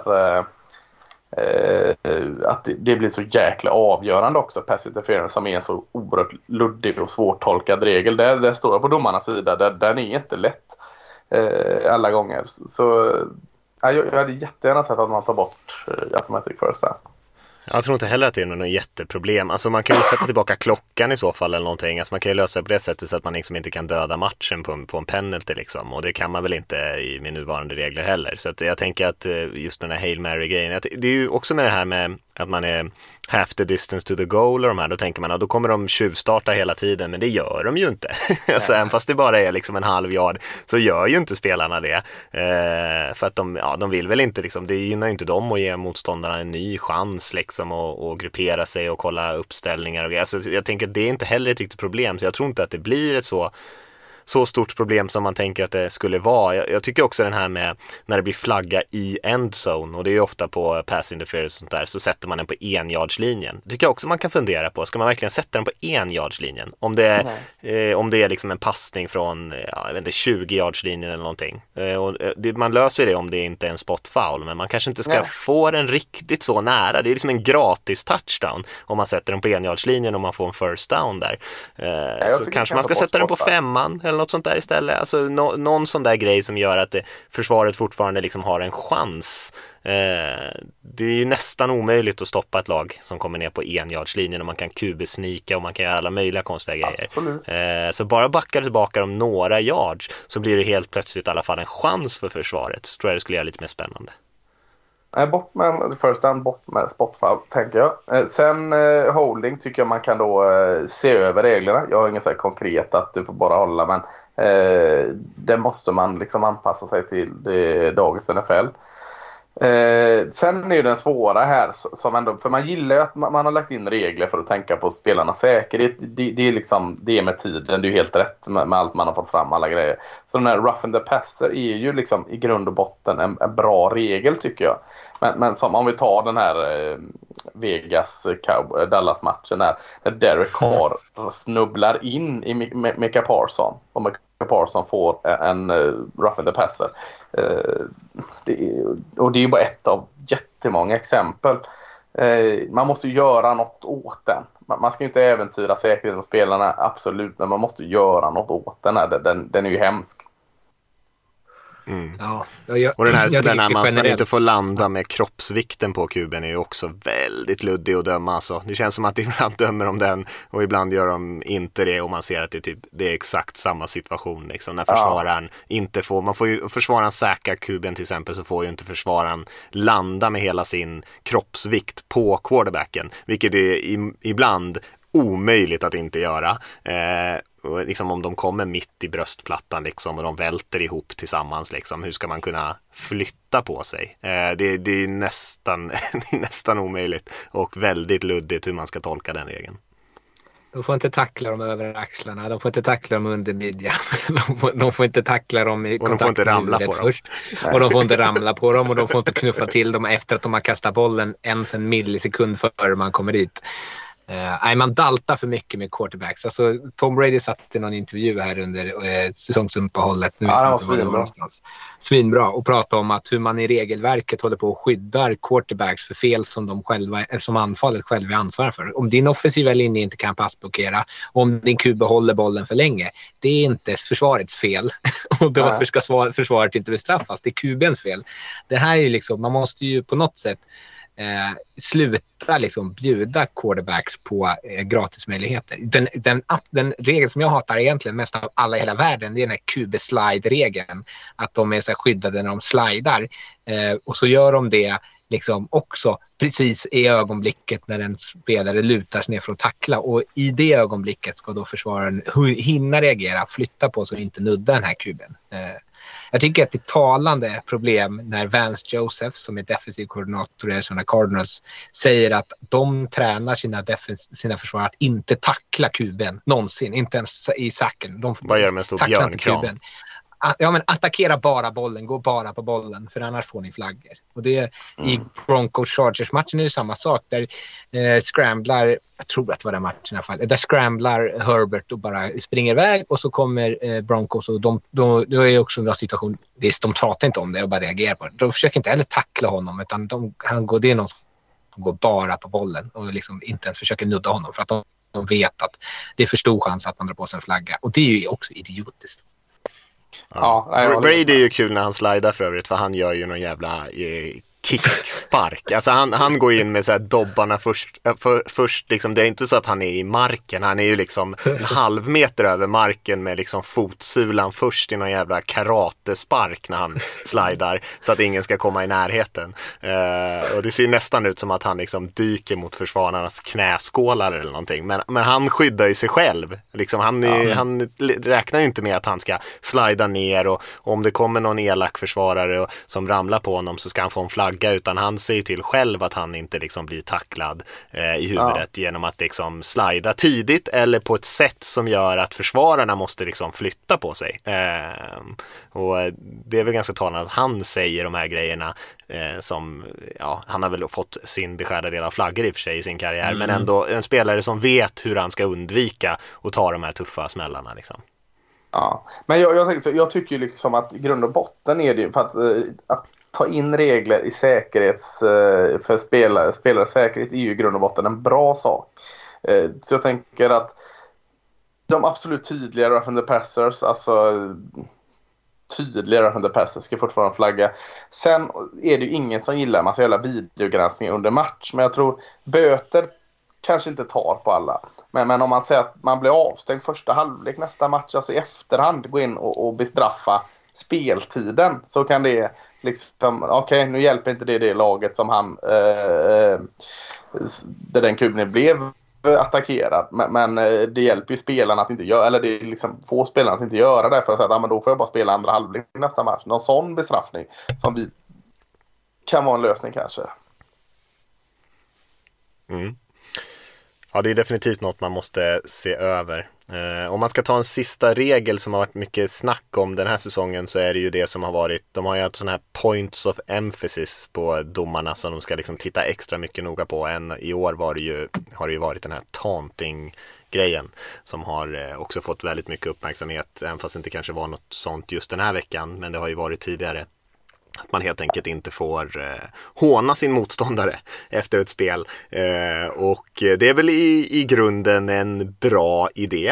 Speaker 6: att det blir så jäkla avgörande också, pass interference, som är en så oerhört luddig och svårtolkad regel. Där står jag på domarnas sida, den är inte lätt alla gånger. Så jag hade jättegärna sett att man tar bort automatic first down.
Speaker 5: Jag tror inte heller att det är något jätteproblem. Alltså man kan ju sätta tillbaka klockan i så fall eller någonting. Alltså man kan ju lösa det på det sättet så att man liksom inte kan döda matchen på en penalty liksom. Och det kan man väl inte med nuvarande regler heller. Så att jag tänker att just den här Hail Mary-grejen, det är ju också med det här med att man är half the distance to the goal och de här, då tänker man att då kommer de tjuvstarta hela tiden, men det gör de ju inte. Alltså, även fast det bara är liksom en halv yard så gör ju inte spelarna det. För att de vill väl inte liksom, det gynnar ju inte dem att ge motståndarna en ny chans liksom, och gruppera sig och kolla uppställningar och grejer. Alltså, jag tänker att det är inte heller ett riktigt problem, så jag tror inte att det blir ett så stort problem som man tänker att det skulle vara. Jag tycker också den här med när det blir flagga i endzone, och det är ju ofta på pass interference och sånt där, så sätter man den på 1-yardslinjen. Det tycker jag också man kan fundera på. Ska man verkligen sätta den på 1-yardslinjen? Om det är liksom en passning från 20-yardslinjen eller någonting. Man löser det om det inte är en spot foul, men man kanske inte ska få den riktigt så nära. Det är liksom en gratis touchdown om man sätter den på 1-yardslinjen och man får en first down där. Så kanske man ska sätta den på 5:an eller något sånt där istället. Alltså någon sån där grej som gör att försvaret fortfarande liksom har en chans. Det är ju nästan omöjligt att stoppa ett lag som kommer ner på 1-yardslinjen, och man kan QB-snika och man kan göra alla möjliga konstiga grejer. Så bara backar tillbaka om några yards så blir det helt plötsligt i alla fall en chans för försvaret. Så tror jag det skulle göra lite mer spännande.
Speaker 6: Bort med first down, bort med spotfoul, tänker jag. Sen holding tycker jag man kan då se över reglerna. Jag har inget så här konkret att du får bara hålla, men det måste man liksom anpassa sig till dagens NFL. Sen är ju den svåra här som ändå, för man gillar ju att man har lagt in regler för att tänka på spelarnas säkerhet. Det är liksom, det är med tiden, det är ju helt rätt med allt man har fått fram, alla grejer. Så den här rough and the passer är ju liksom i grund och botten en bra regel, tycker jag. Men som om vi tar den här Vegas Dallas-matchen där Derek Carr snubblar in i Micah Parson, och Micah Parson får en rough and the passer. Och det är ju bara ett av jättemånga exempel. Man måste ju göra något åt den. Man ska ju inte äventyra säkerheten på spelarna, absolut, men man måste göra något åt den här. Den är ju hemsk.
Speaker 7: Ja,
Speaker 5: och den här man inte får landa med kroppsvikten på kuben är ju också väldigt luddig att döma. Alltså. Det känns som att ibland dömer de den och ibland gör de inte det, och man ser att det är exakt samma situation liksom, när försvararen inte får, man får ju, försvararen säkra kuben till exempel, så får ju inte försvararen landa med hela sin kroppsvikt på quarterbacken, vilket är ibland omöjligt att inte göra. Och liksom om de kommer mitt i bröstplattan liksom, och de välter ihop tillsammans liksom, hur ska man kunna flytta på sig? Det är nästan omöjligt, och väldigt luddigt hur man ska tolka den regeln.
Speaker 7: De får inte tackla dem över axlarna, de får inte tackla dem under midjan, de får inte tackla dem i kontakt med huvudet först. Och de får inte ramla på dem, och de får inte knuffa till dem efter att de har kastat bollen ens en millisekund före man kommer dit. Man daltar för mycket med quarterbacks. Alltså, Tom Brady satt i någon intervju här under säsongsuppehållet. Svinbra, och pratade om att hur man i regelverket håller på och skyddar quarterbacks för fel som anfallet själv är ansvarig för. Om din offensiva linje inte kan passblockera, om din QB håller bollen för länge, det är inte försvarets fel. Och därför ska försvaret inte bestraffas. Det är QB:ns fel. Det här är ju liksom, man måste ju på något sätt sluta liksom bjuda quarterbacks på gratismöjligheter. Den regel som jag hatar egentligen mest av alla i hela världen, det är den här QB-slide-regeln. Att de är så här skyddade när de slidar. Och så gör de det liksom också precis i ögonblicket när en spelare lutar sig ner för att tackla, och i det ögonblicket ska då försvararen hinna reagera, flytta på sig och inte nudda den här kuben. Jag tycker att det är talande problem när Vance Joseph, som är defensiv koordinator i Arizona Cardinals, säger att de tränar sina försvarare att inte tackla kuben någonsin, inte ens i sacken.
Speaker 5: Vad gör de med en stor björnkram?
Speaker 7: Ja, men attackera bara bollen, gå bara på bollen, för annars får ni flaggor. Och det i Broncos-Chargers-matchen är det samma sak, där scramblar, jag tror att det var den matchen i alla fall, där scramblar Herbert och bara springer iväg, och så kommer Broncos, och då är det också en situation, de pratar inte om det och bara reagerar på det. De försöker inte heller tackla honom, utan det är någon som går bara på bollen och liksom inte ens försöker nudda honom, för att de vet att det är för stor chans att man drar på sig en flagga. Och det är ju också idiotiskt.
Speaker 5: Ja, Brady är ju kul när han slidar för övrigt, för han gör ju någon jävla kickspark. Alltså han går in med så här dobbarna först liksom, det är inte så att han är i marken, han är ju liksom en halv meter över marken med liksom fotsulan först i någon jävla karatespark när han slidar, så att ingen ska komma i närheten. Och det ser nästan ut som att han liksom dyker mot försvararnas knäskålar eller någonting, men han skyddar ju sig själv liksom, han räknar ju inte med att han ska slida ner, och om det kommer någon elak försvarare som ramlar på honom så ska han få en flagga, utan han säger till själv att han inte liksom blir tacklad i huvudet genom att liksom slida tidigt eller på ett sätt som gör att försvararna måste liksom flytta på sig. Och det är väl ganska talande att han säger de här grejerna som, han har väl fått sin beskärda del av flaggor i och för sig i sin karriär, men ändå en spelare som vet hur han ska undvika och ta de här tuffa smällarna liksom.
Speaker 6: Ja, men jag tycker liksom att i grund och botten är det ju för att ta in regler i säkerhets för spelares säkerhet är ju i grund och botten en bra sak. Så jag tänker att de absolut tydliga roughing the passers, alltså tydliga roughing the passers, ska fortfarande flagga. Sen är det ju ingen som gillar massa jävla videogranskning under match, men jag tror böter kanske inte tar på alla. Men om man säger att man blir avstängd första halvlek nästa match, alltså i efterhand gå in och bestraffa speltiden, så kan det liksom, okej, nu hjälper inte det laget som han där den kuben blev attackerad, men det hjälper ju spelarna att inte göra, eller det är liksom få spelarna att inte göra det, för att säga att men då får jag bara spela andra halvlek nästa match. Någon sån bestraffning som vi kan vara en lösning kanske.
Speaker 5: Ja, det är definitivt något man måste se över. Om man ska ta en sista regel som har varit mycket snack om den här säsongen, så är det ju det som har varit, de har ju haft sådana här points of emphasis på domarna som de ska liksom titta extra mycket noga på. I år har det ju varit den här taunting-grejen som har också fått väldigt mycket uppmärksamhet, även fast det inte kanske var något sånt just den här veckan, men det har ju varit tidigare. Att man helt enkelt inte får håna sin motståndare efter ett spel. Och det är väl i grunden en bra idé.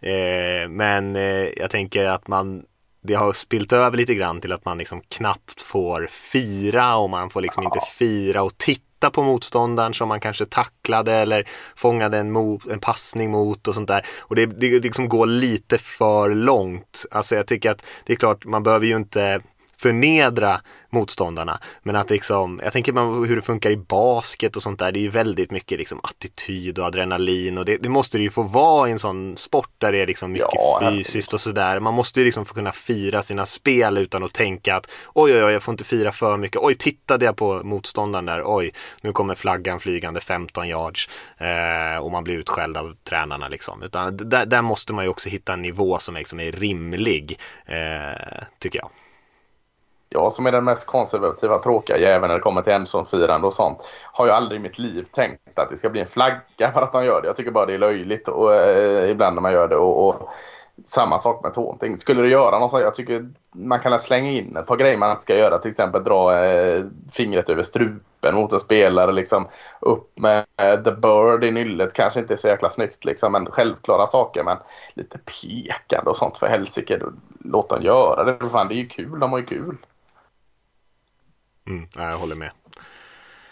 Speaker 5: Men jag tänker att det har spilt över lite grann till att man liksom knappt får fira, och man får liksom inte fira och titta på motståndaren som man kanske tacklade eller fångade en passning mot och sånt där. Och det liksom går lite för långt. Alltså jag tycker att det är klart, man behöver ju inte förnedra motståndarna, men att liksom, jag tänker hur det funkar i basket och sånt där, det är ju väldigt mycket liksom attityd och adrenalin, och det måste det ju få vara i en sån sport där det är liksom mycket fysiskt och sådär. Man måste ju liksom få kunna fira sina spel utan att tänka att oj, jag får inte fira för mycket, oj, tittade jag på motståndaren där, oj, nu kommer flaggan flygande 15 yards och man blir utskälld av tränarna liksom. Utan där måste man ju också hitta en nivå som liksom är rimlig, tycker jag.
Speaker 6: Jag som är den mest konservativa, tråkiga jäveln när det kommer till endzone-firande och sånt, har ju aldrig i mitt liv tänkt att det ska bli en flagga för att man gör det. Jag tycker bara det är löjligt och ibland när man gör det, och samma sak med taunting. Skulle du göra något sånt, jag tycker man kan slänga in ett par grejer man inte ska göra, till exempel dra fingret över strupen mot en spelare, liksom upp med the bird i nyllet, kanske inte är så jäkla snyggt liksom, men självklara saker, men lite pekande och sånt för helsike, låt dem göra det, fan, det är ju kul, de har ju kul.
Speaker 5: Jag håller med.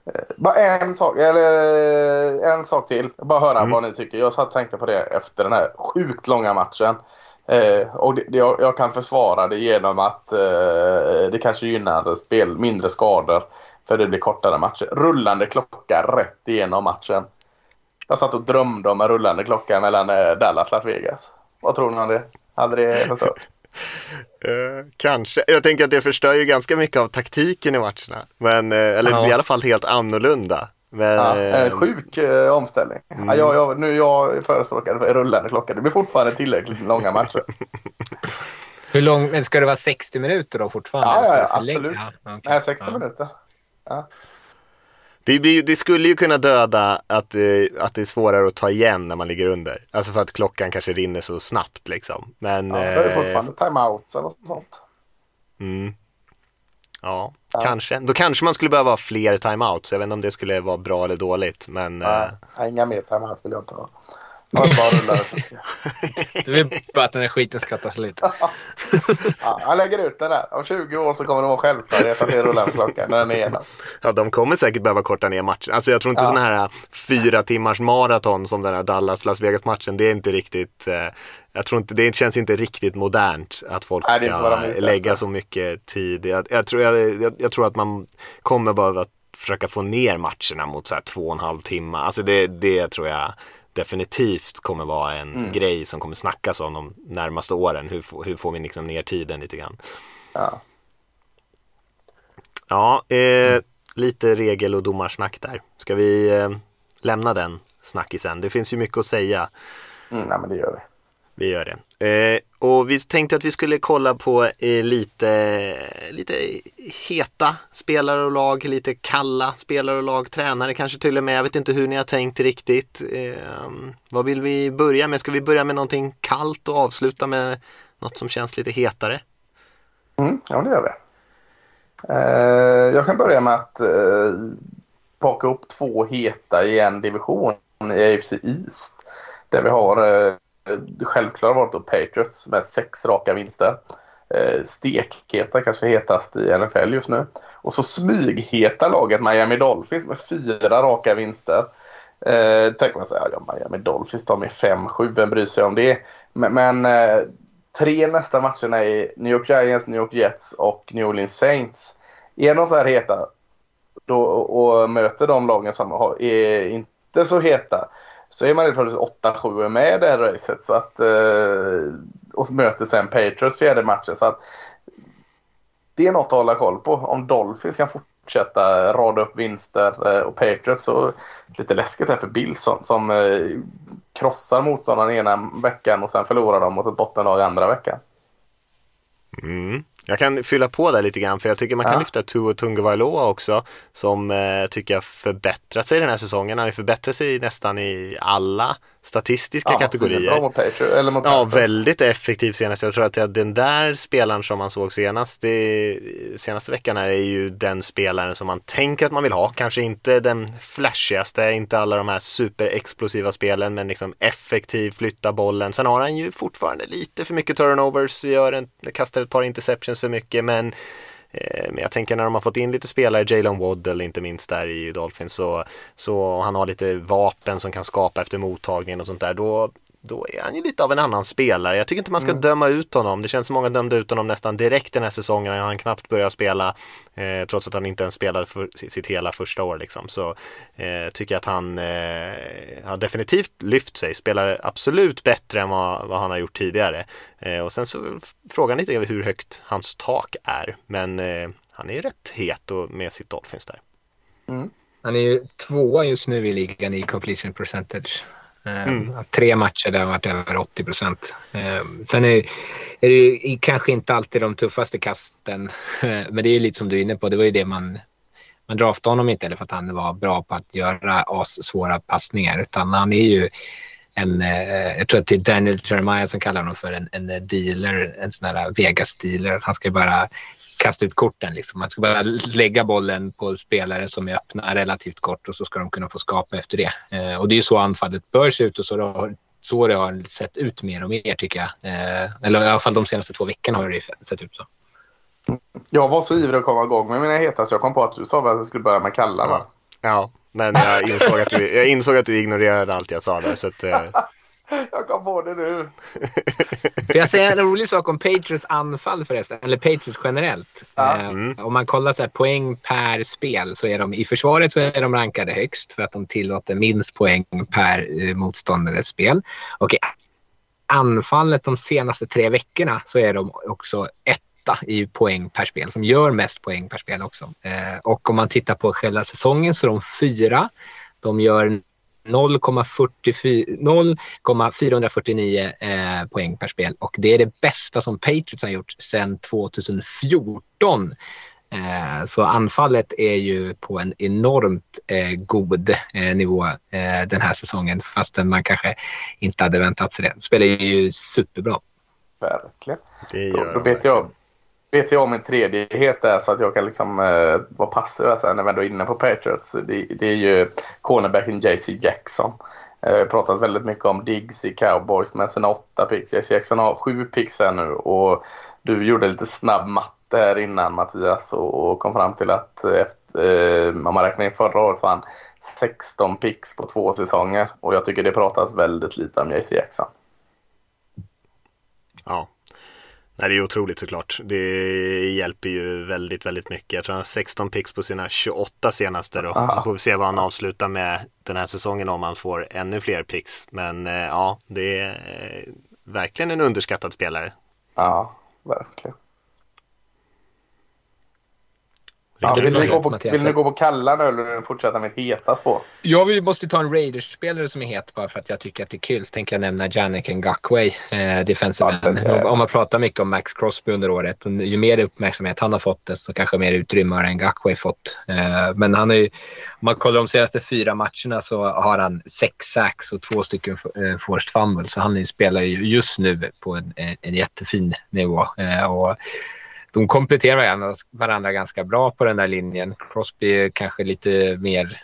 Speaker 6: Bara en sak till. Bara höra vad ni tycker. Jag satt och tänkte på det efter den här sjukt långa matchen. Och jag kan försvara det genom att det kanske gynnar mindre skador. För det blir kortare matcher. Rullande klocka rätt igenom matchen. Jag satt och drömde om en rullande klocka mellan Dallas och Las Vegas. Vad tror ni om det? Hade det förstört?
Speaker 5: Kanske. Jag tänker att det förstör ju ganska mycket av taktiken i matcherna. Men, eller i alla fall helt annorlunda. Men,
Speaker 6: en sjuk omställning. Jag förespråkar för rullande klocka. Det blir fortfarande tillräckligt långa matcher.
Speaker 7: Hur lång ska det vara? 60 minuter då fortfarande?
Speaker 6: Ja, absolut. Ja, okay. 60 minuter. Ja.
Speaker 5: Det skulle ju kunna döda att det är svårare att ta igen när man ligger under. Alltså för att klockan kanske rinner så snabbt liksom. Men
Speaker 6: det är fortfarande timeouts eller något sånt.
Speaker 5: Ja, kanske. Då kanske man skulle behöva ha fler timeouts. Jag vet inte om det skulle vara bra eller dåligt. Men,
Speaker 6: inga mer timeouts vill jag inte ha.
Speaker 7: Du vill bara att den här skiten ska ta slut.
Speaker 6: Jag lägger ut den där. Om 20 år så kommer det vara självklart att det är rullande klockan när den är igenom.
Speaker 5: Ja, de kommer säkert behöva korta ner matchen. Alltså jag tror inte sån här 4 timmars maraton som den här Dallas-Las Vegas-matchen. Det är inte riktigt... Jag tror inte, det känns inte riktigt modernt att folk ska lägga så mycket tid. Jag tror att man kommer behöva försöka få ner matcherna mot så här 2,5 timmar. Alltså det tror jag definitivt kommer vara en grej som kommer snackas om de närmaste åren. Hur får vi liksom ner tiden lite grann? Lite regel- och domarsnack där. Ska vi lämna den snackisen? Det finns ju mycket att säga.
Speaker 6: Nej, men det gör vi.
Speaker 5: Vi gör det. Och vi tänkte att vi skulle kolla på lite heta spelare och lag, lite kalla spelare och lag, tränare kanske till och med. Jag vet inte hur ni har tänkt riktigt. Vad vill vi börja med? Ska vi börja med någonting kallt och avsluta med något som känns lite hetare?
Speaker 6: Ja, det gör vi. Jag kan börja med att paka upp 2 heta i en division i AFC East. Där vi har självklart varit då Patriots med 6 raka vinster. Stekheta kanske hetast i NFL just nu. Och så smygheta laget Miami Dolphins med 4 raka vinster. Tänker man säga, Miami Dolphins tar med 5-7, vem bryr sig om det? Men 3 nästa matcherna är New York Giants, New York Jets och New Orleans Saints. Är de så här heta då, och möter de lagen som är inte så heta, så är man helt plötsligt 8-7 med i det här racet. Så att, och möter sen Patriots 4:e matchen. Så att det är något att hålla koll på. Om Dolphins kan fortsätta rada upp vinster och Patriots, så lite läskigt här för Bills som krossar motståndaren ena veckan och sen förlorar de mot ett bottenlag andra veckan.
Speaker 5: Jag kan fylla på där lite grann, för jag tycker man kan lyfta Tua Tagovailoa också, som tycker jag förbättrat sig den här säsongen. Han har förbättrat sig nästan i alla statistiska kategorier. Väldigt effektiv senast. Jag tror att den där spelaren som man såg senaste veckan är ju den spelaren som man tänker att man vill ha. Kanske inte den flashigaste, inte alla de här superexplosiva spelen, men liksom effektiv, flytta bollen. Sen har han ju fortfarande lite för mycket turnovers, kastar ett par interceptions för mycket, men jag tänker när de har fått in lite spelare, Jalen Waddle inte minst där i Dolphins, så han har lite vapen som kan skapa efter mottagningen och sånt där, då är han ju lite av en annan spelare. Jag tycker inte man ska döma ut honom. Det känns som många dömde ut honom nästan direkt den här säsongen. Han knappt börjat spela, trots att han inte ens spelade för sitt hela första år liksom. Så tycker jag att han har definitivt lyft sig. Spelar absolut bättre än vad han har gjort tidigare. Och sen så frågan lite hur högt hans tak är. Men han är rätt het med sitt Dolphins där.
Speaker 7: Han är ju 2 just nu i ligan i completion percentage. 3 matcher där har varit över 80%. Sen är det ju kanske inte alltid de tuffaste kasten, men det är ju lite som du är inne på. Det var ju det man draftade honom inte, eller för att han var bra på att göra svåra passningar, utan han är ju jag tror att det är Daniel Jeremiah som kallar honom för en dealer, en sån här Vegas-dealer. Att han ska bara kasta ut korten liksom. Man ska bara lägga bollen på spelare som är öppna relativt kort, och så ska de kunna få skapa efter det. Och det är ju så anfallet bör se ut, och så det har sett ut mer och mer, tycker jag. Eller i alla fall de senaste 2 veckorna har det sett ut så.
Speaker 6: Jag var så ivrig att komma igång med mina heta, så jag kom på att du sa att jag skulle börja med Kalla, va?
Speaker 5: Ja, men jag insåg att du ignorerade allt jag sa där, så att...
Speaker 6: Jag kom på det nu.
Speaker 7: Får jag säga en rolig sak om Patriots anfall förresten, eller Patriots generellt. Om man kollar så här poäng per spel, så är de i försvaret så är de rankade högst för att de tillåter minst poäng per motståndares spel. Och i anfallet de senaste 3 veckorna så är de också i poäng per spel, som gör mest poäng per spel också. Och om man tittar på själva säsongen så är de 4. De gör 0,449 poäng per spel, och det är det bästa som Patriots har gjort sedan 2014. Så anfallet är ju på en enormt god nivå den här säsongen, fastän man kanske inte hade väntat sig det. Spelar ju superbra.
Speaker 6: Verkligen.
Speaker 5: Då
Speaker 6: vet jag om en tredjehet där, så att jag kan liksom vara passiv när vi ändå är inne på Patriots. Det är ju cornerbacken JC Jackson. Jag har pratat väldigt mycket om Diggs i Cowboys med sina 8 picks. JC Jackson har 7 picks här nu, och du gjorde lite snabb matte här innan, Mattias, och kom fram till att om man räknar in förra året så han 16 picks på 2 säsonger, och jag tycker det pratas väldigt lite om JC Jackson.
Speaker 5: Ja. Nej, det är otroligt såklart. Det hjälper ju väldigt, väldigt mycket. Jag tror han har 16 picks på sina 28 senaste då. Så får vi se vad han avslutar med den här säsongen, om han får ännu fler picks. Men ja, det är verkligen en underskattad spelare.
Speaker 6: Ja, verkligen. Ja, vill ni gå på kalla nu, eller fortsätta med ett heta spår?
Speaker 7: Jag måste ta en Raiders-spelare som är het, bara för att jag tycker att det är kul. Så tänker jag nämna Yannick Ngakoue, defensive end. Om man pratar mycket om Max Crosby under året, och ju mer uppmärksamhet han har fått, så kanske mer utrymme har Ngakoue fått. Men han är ju, om man kollar de senaste 4 matcherna, så har han 6 sacks och 2 stycken forced fumble. Så han spelar ju just nu på en jättefin nivå. Och de kompletterar varandra ganska bra på den där linjen. Crosby är kanske lite mer...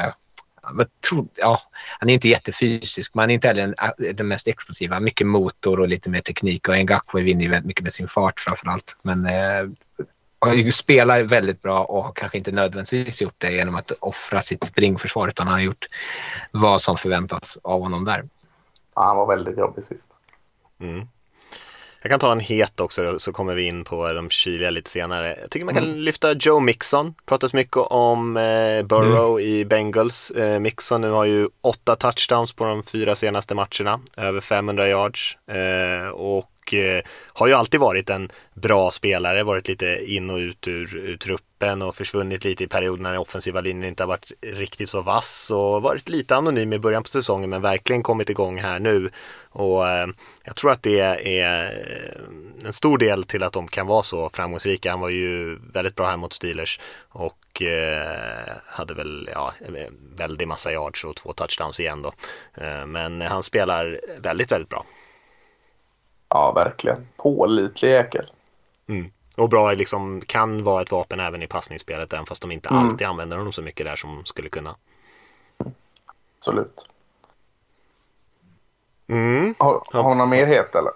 Speaker 7: han är inte jättefysisk, men han är inte heller den mest explosiva. Mycket motor och lite mer teknik. Och Ngakoue vinner ju väldigt mycket med sin fart framförallt. Men spelar väldigt bra, och har kanske inte nödvändigtvis gjort det genom att offra sitt springförsvar, utan han har gjort vad som förväntas av honom där.
Speaker 6: Ja, han var väldigt jobbig sist.
Speaker 5: Mm. Jag kan ta en het också, så kommer vi in på de kyliga lite senare. Jag tycker man kan lyfta Joe Mixon. Pratas mycket om Burrow i Bengals. Mixon nu har ju 8 touchdowns på de 4 senaste matcherna. Över 500 yards. Och har ju alltid varit en bra spelare. Varit lite in och ut ur truppen och försvunnit lite i perioder när den offensiva linjen inte har varit riktigt så vass. Och varit lite anonym i början på säsongen, men verkligen kommit igång här nu. Och jag tror att det är en stor del till att de kan vara så framgångsrika. Han var ju väldigt bra här mot Steelers och hade väl väldigt massa yards och 2 touchdowns igen då. Men han spelar väldigt, väldigt bra.
Speaker 6: Ja, verkligen. Pålitlig jäkel.
Speaker 5: Och bra liksom, kan vara ett vapen även i passningsspelet, även fast de inte alltid använder honom så mycket där som skulle kunna.
Speaker 6: Absolut. Har hon någon mer het eller?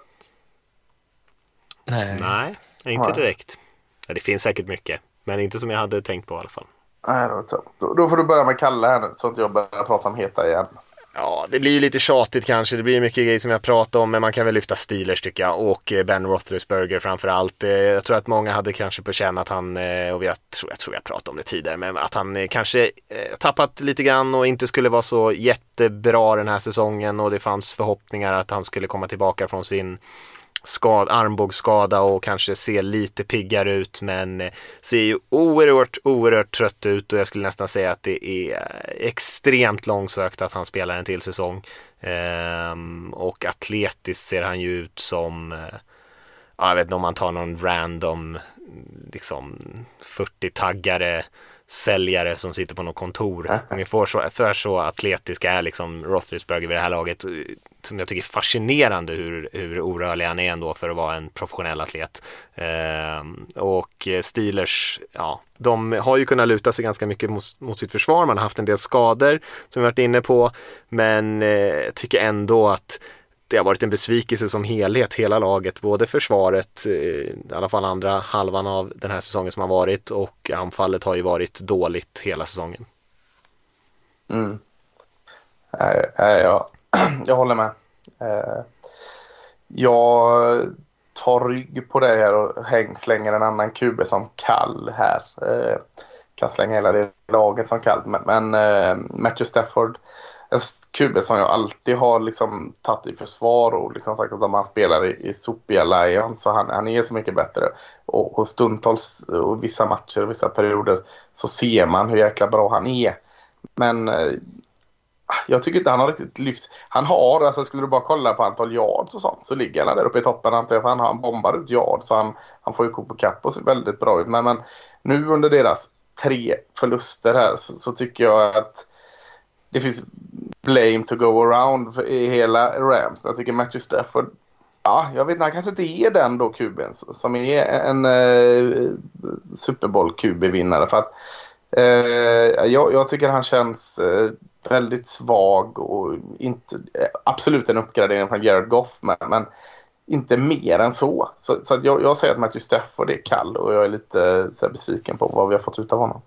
Speaker 5: Nej, inte direkt. Ja, det finns säkert mycket, men inte som jag hade tänkt på i alla fall.
Speaker 6: Nej, då får du börja med Kalle här nu, så att jag börjar prata om heta igen.
Speaker 5: Ja, det blir ju lite tjatigt kanske. Det blir mycket grejer som jag pratar om, men man kan väl lyfta Steelers tycker jag. Och Ben Roethlisberger framförallt. Jag tror att många hade kanske på känn att han, och jag tror jag pratade om det tidigare, men att han kanske tappat lite grann och inte skulle vara så jättebra den här säsongen. Och det fanns förhoppningar att han skulle komma tillbaka från sin armbågsskada och kanske se lite piggare ut, men ser ju oerhört trött ut, och jag skulle nästan säga att det är extremt långsökt att han spelar en till säsong. Och atletiskt ser han ju ut som jag vet inte om man tar någon random liksom 40-taggare säljare som sitter på något kontor. Om vi får för så atletiska är liksom Roethlisberger vid det här laget, som jag tycker är fascinerande hur orörlig han är ändå för att vara en professionell atlet. Och Steelers, de har ju kunnat luta sig ganska mycket mot sitt försvar. Man har haft en del skador som vi varit inne på, men tycker ändå att det har varit en besvikelse som helhet, hela laget, både försvaret, i alla fall andra halvan av den här säsongen som har varit, och anfallet har ju varit dåligt hela säsongen.
Speaker 6: Jag håller med. Jag tar rygg på det här och slänger en annan QB som kall här. Kan slänga hela det laget som kallt. Men Matthew Stafford, en QB som jag alltid har liksom tagit i försvar och liksom sagt att om han spelar i sopiga Lions så han är så mycket bättre. Och stundtals och vissa matcher och vissa perioder så ser man hur jäkla bra han är. Men jag tycker inte han har riktigt lyfts. Han har, alltså skulle du bara kolla på antal yards och sånt så ligger han där uppe i toppen. Han bombar ut yards så han får ju på kapp och ser väldigt bra ut. Men nu under deras 3 förluster här så tycker jag att det finns blame to go around i hela Rams. Jag tycker Matthew Stafford, jag vet inte, han kanske inte är den då QB:n som är en Super Bowl QB-vinnare för att jag tycker han känns väldigt svag och inte absolut en uppgradering från Jared Goff men inte mer än så att jag säger att Matthew Stafford är kall och jag är lite så här besviken på vad vi har fått ut av honom.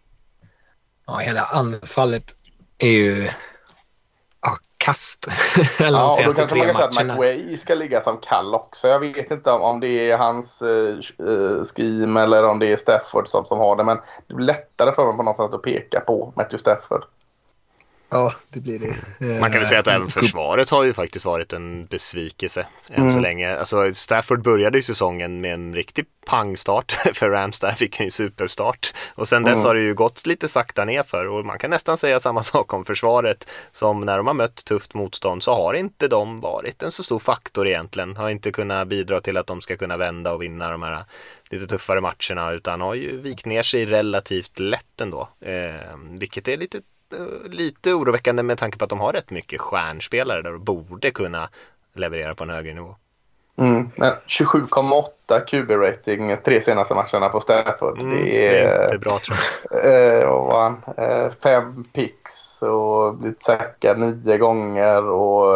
Speaker 7: Ja, hela anfallet är ju kast.
Speaker 6: Ja, och då kanske man kan säga att McWay ska ligga som kall också. Jag vet inte om det är hans scheme eller om det är Stafford som har det. Men det blir lättare för mig på något sätt att peka på Matthew Stafford.
Speaker 4: Ja, det blir det.
Speaker 5: Man kan väl säga att även försvaret har ju faktiskt varit en besvikelse än så länge. Alltså Stafford började ju säsongen med en riktig pangstart för Rams, där fick en superstart. Och sen dess har det ju gått lite sakta ner för. Och man kan nästan säga samma sak om försvaret. Som när de har mött tufft motstånd så har inte de varit en så stor faktor egentligen. Har inte kunnat bidra till att de ska kunna vända och vinna de här lite tuffare matcherna. Utan har ju vikt ner sig relativt lätt ändå. Vilket är lite oroväckande med tanke på att de har rätt mycket stjärnspelare där de borde kunna leverera på en högre nivå.
Speaker 6: 27,8 QB-rating 3 senaste matcherna på Stafford. Det är
Speaker 5: bra tror jag.
Speaker 6: 5 picks och blivit sackad 9 gånger och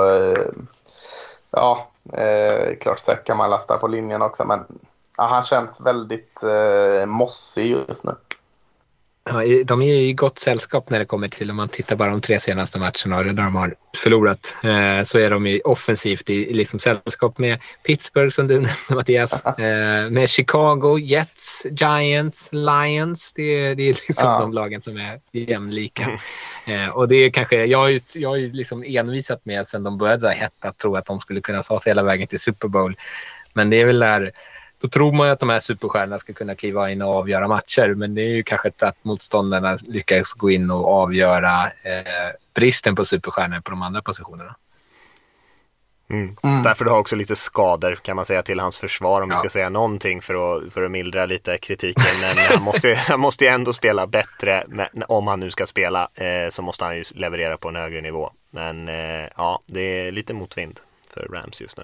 Speaker 6: klart säckar man lastar på linjen också men han känns väldigt mossig just nu.
Speaker 7: Ja, de är ju i gott sällskap när det kommer till, om man tittar bara de 3 senaste matcherna där de har förlorat, så är de ju offensivt i liksom sällskap med Pittsburgh som du nämnde, Mattias, med Chicago, Jets, Giants, Lions. Det är liksom de lagen som är jämlika. Och det är kanske, jag har ju liksom envisat med sen de började hetta att tro att de skulle kunna ta sig hela vägen till Super Bowl. Men det är väl där. Då tror man ju att de här superstjärnorna ska kunna kliva in och avgöra matcher. Men det är ju kanske att motståndarna lyckas gå in och avgöra bristen på superstjärnor på de andra positionerna.
Speaker 5: Stafford har också lite skador kan man säga till hans försvar om vi ska säga någonting för att mildra lite kritiken. Men han måste ju ändå spela bättre. Men om han nu ska spela så måste han ju leverera på en högre nivå. Men det är lite motvind för Rams just nu.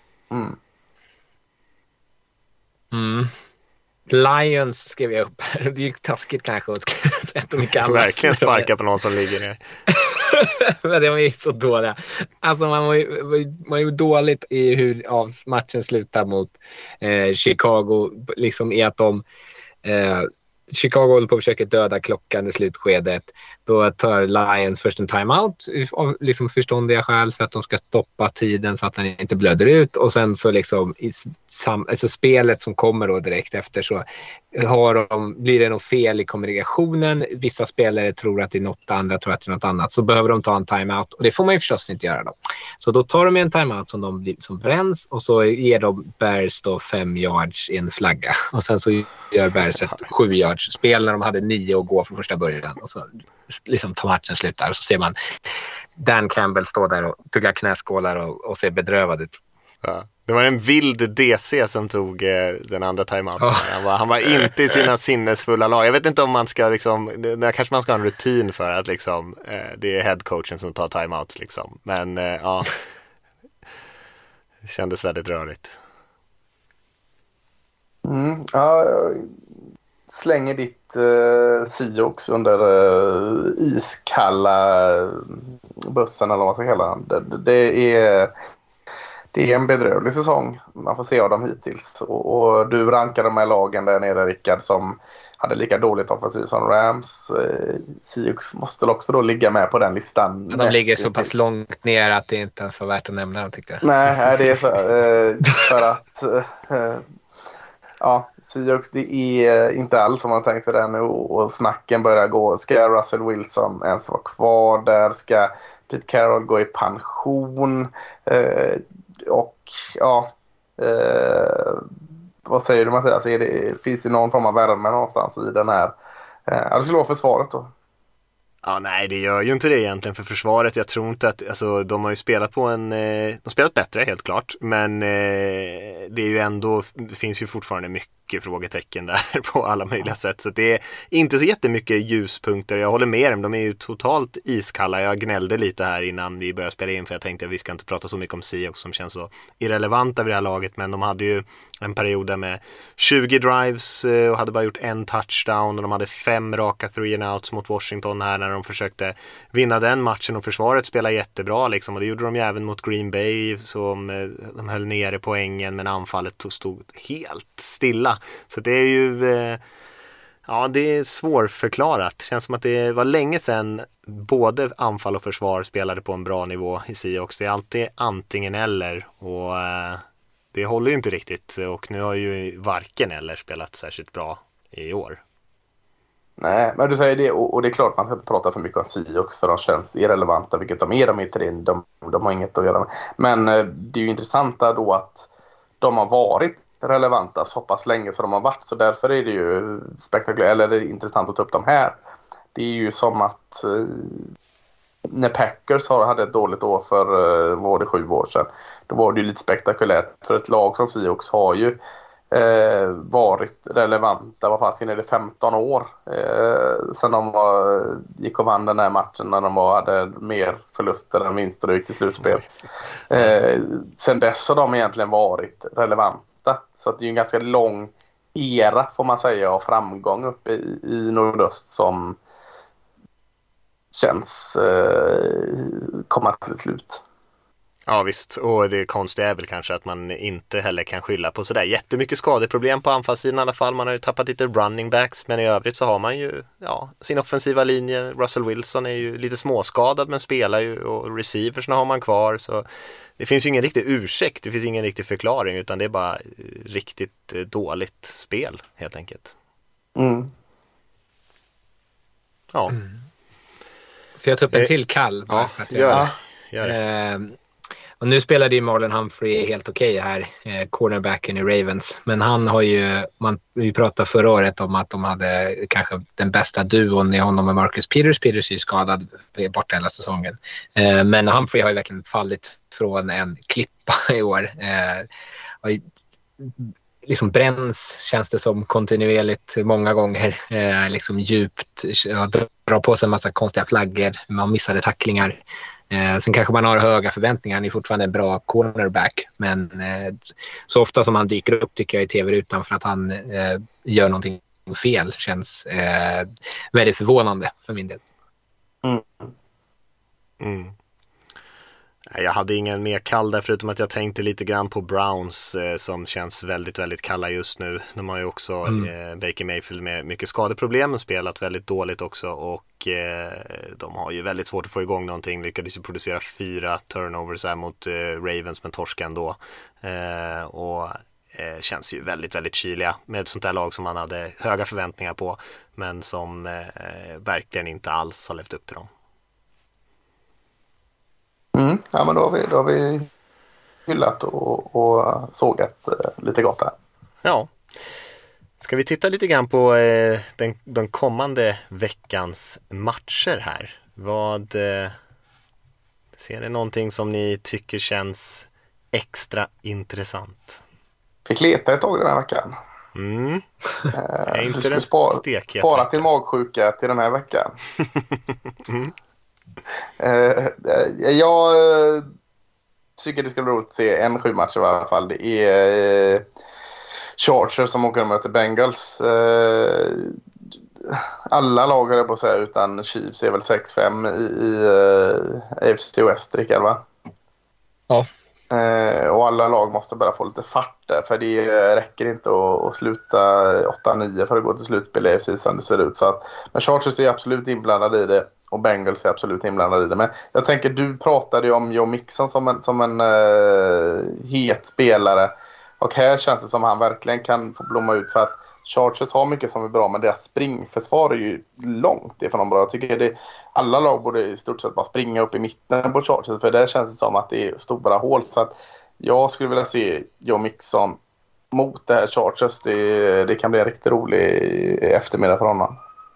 Speaker 7: Lions skrev jag upp här. Det är ju taskigt kanske att säga att de inte kan
Speaker 5: verkligen sparka på någon som ligger ner.
Speaker 7: Men det var ju så dåliga. Alltså man var ju dåligt i hur matchen slutar mot Chicago. Liksom i att de Chicago håller på att försöka döda klockan i slutskedet. Då tar Lions först en timeout av liksom förståndiga skäl för att de ska stoppa tiden så att den inte blöder ut. Och sen så liksom alltså spelet som kommer då direkt efter så blir det något fel i kommunikationen. Vissa spelare tror att det är något, andra tror att det är något annat. Så behöver de ta en timeout och det får man ju förstås inte göra då. Så då tar de en timeout som bränns och så ger de Bears då 5 yards i en flagga. Och sen så gör Bears ett 7 yards spel när de hade 9 att gå från första början. Och så liksom tar matchen slut där och så ser man Dan Campbell stå där och tugga knäskålar och se bedrövad ut.
Speaker 5: Ja. Det var en vild DC som tog den andra timeouten. Han var inte i sina sinnesfulla lag. Jag vet inte om man ska liksom, där kanske man ska ha en rutin för att liksom, det är headcoachen som tar timeouts liksom. Men det kändes väldigt rörigt.
Speaker 6: Slänger ditt Seahawks under iskalla bussen eller vad man ska kalla det är en bedrövlig säsong man får se av dem hittills och du rankar de här lagen där nere, Rickard, som hade lika dåligt offensiv som Rams. Seahawks måste också då ligga med på den listan.
Speaker 7: De ligger så pass långt ner att det inte ens var värt att nämna dem, tyckte jag.
Speaker 6: Nej, det är så. För att Seahawks, det är inte alls som man tänkte där nu, och snacken börjar gå. Ska Russell Wilson ens vara kvar där? Ska Pete Carroll gå i pension? Vad säger du, Mattias? Finns det någon form av värme någonstans i den här? Det skulle vara försvaret då.
Speaker 5: Ja, nej, det gör ju inte det egentligen för försvaret. Jag tror inte att, alltså, de har ju spelat på de har spelat bättre, helt klart. Men det är ju ändå, det finns ju fortfarande mycket frågetecken där på alla möjliga sätt. Så det är inte så jättemycket ljuspunkter. Jag håller med dem, de är ju totalt iskalla. Jag gnällde lite här innan vi började spela in, för jag tänkte att vi ska inte prata så mycket om Seahawks som känns så irrelevanta vid det här laget. Men de hade ju en period där med 20 drives och hade bara gjort en touchdown, och de hade 5 raka 3-and-outs mot Washington här när de försökte vinna den matchen, och försvaret spelade jättebra liksom, och det gjorde de ju även mot Green Bay, som de höll nere poängen, men anfallet stod helt stilla. Så det är ju det är svårförklarat. Känns som att det var länge sedan både anfall och försvar spelade på en bra nivå i Seahawks. Det är alltid antingen eller, och det håller ju inte riktigt, och nu har ju varken eller spelat särskilt bra i år.
Speaker 6: Nej, men du säger det, och det är klart man kan inte prata för mycket om Seahawks, för de känns irrelevanta, vilket de är inte det. De har inget att göra med. Men det är ju intressant då att de har varit relevanta så pass länge som de har varit, så därför är det ju spektakulärt, eller det är intressant att ta upp dem här. Det är ju som att när Packers hade ett dåligt år för var det 7 år sedan, då var det ju lite spektakulärt, för ett lag som Seahawks har ju varit relevanta, vad fan är det, 15 år sen de gick och vann den här matchen när de hade mer förluster än vinster och gick till slutspel. Sen dess har de egentligen varit relevanta, så att det är en ganska lång era, får man säga, av framgång uppe i nordöst som känns komma till ett slut.
Speaker 5: Ja visst, och det konstiga är väl kanske att man inte heller kan skylla på sådär jättemycket skadeproblem på anfallssidan i alla fall. Man har ju tappat lite running backs, men i övrigt så har man ju sin offensiva linje. Russell Wilson är ju lite småskadad men spelar ju, och receiversna har man kvar, så det finns ju ingen riktig ursäkt, det finns ingen riktig förklaring, utan det är bara riktigt dåligt spel helt enkelt. Ja.
Speaker 7: Får jag ta upp en till kall?
Speaker 5: Ja, gör det.
Speaker 7: Och nu spelade ju Marlon Humphrey helt okej här, cornerbacken i Ravens. Men han har ju, vi pratade förra året om att de hade kanske den bästa duon i honom med Marcus Peters. Peters är ju skadad, borta hela säsongen. Men Humphrey har ju verkligen fallit från en klippa i år. Liksom bränns, känns det som, kontinuerligt många gånger, liksom djupt, drar på sig en massa konstiga flaggor, man missade tacklingar. Sen kanske man har höga förväntningar, han är fortfarande en bra cornerback, men så ofta som han dyker upp tycker jag i tv-rutan för att han gör någonting fel, känns väldigt förvånande för min del.
Speaker 5: Jag hade ingen mer kall där, förutom att jag tänkte lite grann på Browns som känns väldigt, väldigt kalla just nu. De har ju också Baker Mayfield med mycket skadeproblem och spelat väldigt dåligt också, och de har ju väldigt svårt att få igång någonting. Lyckades ju producera 4 turnovers här mot Ravens, men torskan då. Och känns ju väldigt, väldigt kyliga med ett sånt där lag som man hade höga förväntningar på, men som verkligen inte alls har levt upp till dem.
Speaker 6: Ja, men då har vi hyllat och sågat lite gott här.
Speaker 5: Ja. Ska vi titta lite grann på den kommande veckans matcher här? Ser ni någonting som ni tycker känns extra intressant?
Speaker 6: Fick leta ett tag den här veckan.
Speaker 5: Inte den
Speaker 6: spara till magsjuka till den här veckan. Jag tycker det ska bli roligt att se en 7-match i alla fall. Det är Chargers som åker och möter Bengals. Alla lag är på att säga, utan Chiefs är väl 6-5 i AFC West, Rickard, va?
Speaker 7: Ja.
Speaker 6: Och alla lag måste bara få lite fart där, för det räcker inte att sluta 8-9 för att gå till slutspel i AFC som det ser ut. Så att, men Chargers är absolut inblandade i det och Bengals är absolut inblandade i det. Men jag tänker, du pratade ju om Joe Mixon som en het spelare, och här känns det som han verkligen kan få blomma ut, för att Chargers har mycket som är bra, men deras springförsvar är ju långt ifrån de bra. Jag tycker alla lag borde i stort sett bara springa upp i mitten på Chargers, för där känns det som att det är stora hål. Så att jag skulle vilja se Joe Mixon mot det här Chargers. Det kan bli en riktigt rolig eftermiddag för honom.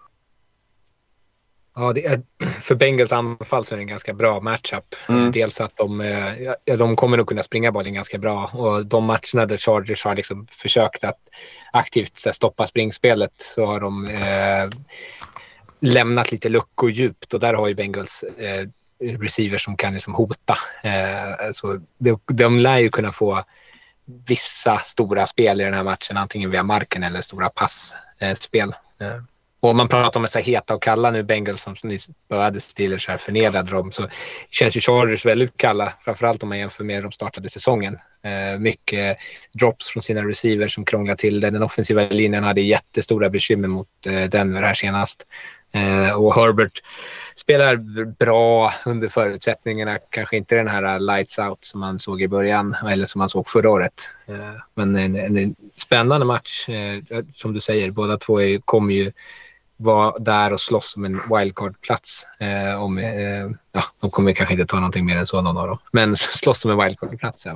Speaker 7: Ja, för Bengals anfall så är det en ganska bra matchup. Dels att de kommer nog kunna springa bollen ganska bra. Och de matcherna där Chargers har liksom försökt att aktivt stoppa springspelet, så har de lämnat lite luckor djupt. Och där har ju Bengals receivers som kan liksom hota. Så de lär ju kunna få vissa stora spel i den här matchen, antingen via marken eller stora passspel. Och om man pratar om att säga heta och kalla nu, Bengals som nyss började Steelers här förnedrade dem, så känns ju Chargers väldigt kalla, framförallt om man jämför med de startade säsongen. Mycket drops från sina receivers som krånglar till det. Den offensiva linjen hade jättestora bekymmer mot Denver här senast. Och Herbert spelar bra under förutsättningarna, kanske inte den här lights out som man såg i början eller som man såg förra året. Men en spännande match, som du säger, båda två kommer ju vara där och slåss om en wildcard-plats. De kommer kanske inte ta någonting mer än så, någon av dem, men slåss om en wildcard-plats.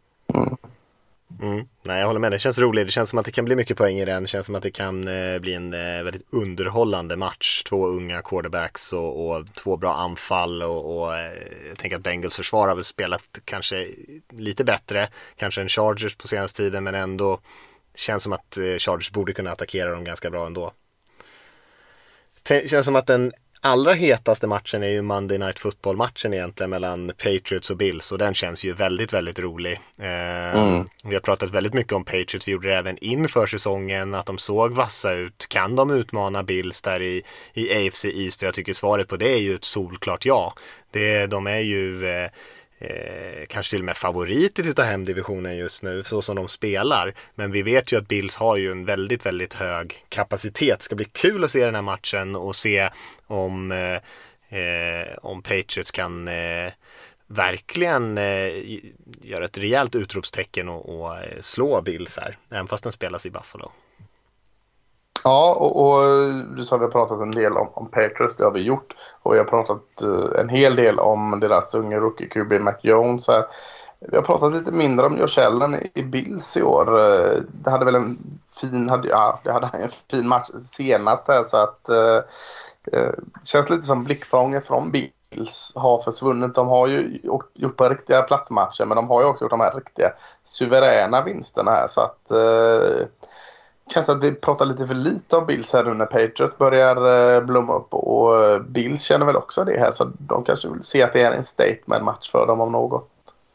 Speaker 5: Nej, jag håller med. Det känns roligt. Det känns som att det kan bli mycket poäng i den. Det känns som att det kan bli en väldigt underhållande match. 2 unga quarterbacks och 2 bra anfall. Och jag tänker att Bengals försvar har väl spelat kanske lite bättre. Kanske än Chargers på senaste tiden. Men ändå känns som att Chargers borde kunna attackera dem ganska bra ändå. Det känns som att den allra hetaste matchen är ju Monday Night Football-matchen egentligen mellan Patriots och Bills, och den känns ju väldigt, väldigt rolig. Vi har pratat väldigt mycket om Patriots, vi gjorde det även inför säsongen, att de såg vassa ut. Kan de utmana Bills där i AFC East? Jag tycker svaret på det är ju ett solklart ja. De är ju kanske till och med favorit i hemdivisionen just nu, så som de spelar. Men vi vet ju att Bills har ju en väldigt, väldigt hög kapacitet. Det ska bli kul att se den här matchen och se om Patriots kan verkligen göra ett rejält utropstecken och slå Bills här, även fast den spelas i Buffalo.
Speaker 6: Ja, och du sa att vi har pratat en del om Patriots, det har vi gjort. Och vi har pratat en hel del om deras unga rookie QB Mac Jones. Vi har pratat lite mindre om Josh Allen i Bills i år. Det hade väl en fin match senast här, så att känns lite som blickfånge från Bills har försvunnit. De har ju gjort på riktiga plattmatcher, men de har ju också gjort de här riktiga suveräna vinsterna här, så att kanske att vi pratar lite för lite om Bills här nu när Patriots börjar blomma upp, och Bills känner väl också det här, så de kanske vill se att det är en statement-match för dem om något.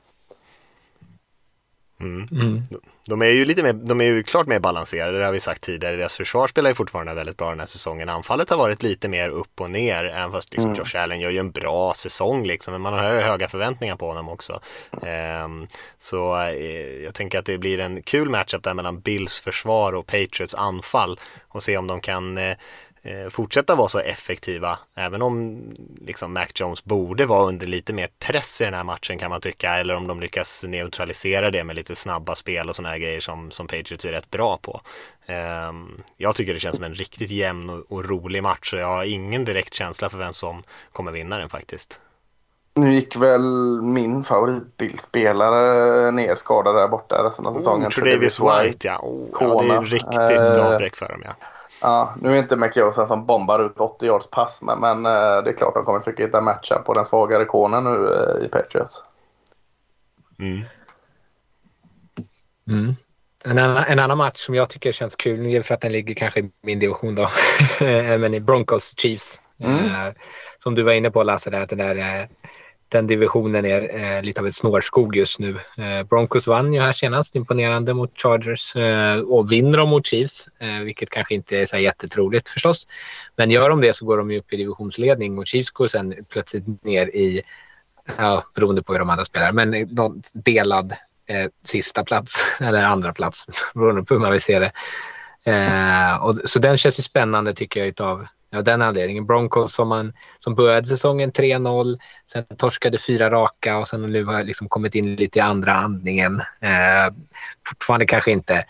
Speaker 5: De är ju de är ju klart mer balanserade, det har vi sagt tidigare. Deras försvar spelar ju fortfarande väldigt bra den här säsongen. Anfallet har varit lite mer upp och ner, även fast liksom Josh Allen gör ju en bra säsong liksom, men man har höga förväntningar på honom också. Så jag tänker att det blir en kul matchup där mellan Bills försvar och Patriots anfall, och se om de kan fortsätta vara så effektiva, även om liksom Mac Jones borde vara under lite mer press i den här matchen, kan man tycka, eller om de lyckas neutralisera det med lite snabba spel och såna här grejer som Patriots är rätt bra på. Jag tycker det känns som en riktigt jämn och rolig match, och jag har ingen direkt känsla för vem som kommer vinna den faktiskt.
Speaker 6: Nu gick väl min favoritspelare ner skadad där borta resten av säsongen.
Speaker 5: Travis White, ja. Det är riktigt avbräck för dem, ja.
Speaker 6: Ja, nu är inte McJosen som bombar ut 80 yards pass, men det är klart att de kommer försöka hitta matcha på den svagare konen nu i Patriots.
Speaker 7: En annan match som jag tycker känns kul, för att den ligger kanske i min division då, men i Broncos Chiefs. Som du var inne på, Lasse, att den divisionen är lite av ett snårskog just nu. Broncos vann ju här senast imponerande mot Chargers och vinner de mot Chiefs, vilket kanske inte är så jättetroligt förstås. Men gör de det så går de ju upp i divisionsledning, och Chiefs går sen plötsligt ner i Ja, beroende på hur de andra spelar. Men någon delad sista plats eller andra plats, beroende på hur man vill se det. Så den känns ju spännande tycker jag utav den anledningen. Broncos som började säsongen 3-0, sen torskade 4 raka och sen nu har liksom kommit in lite i andra andningen. Fortfarande kanske inte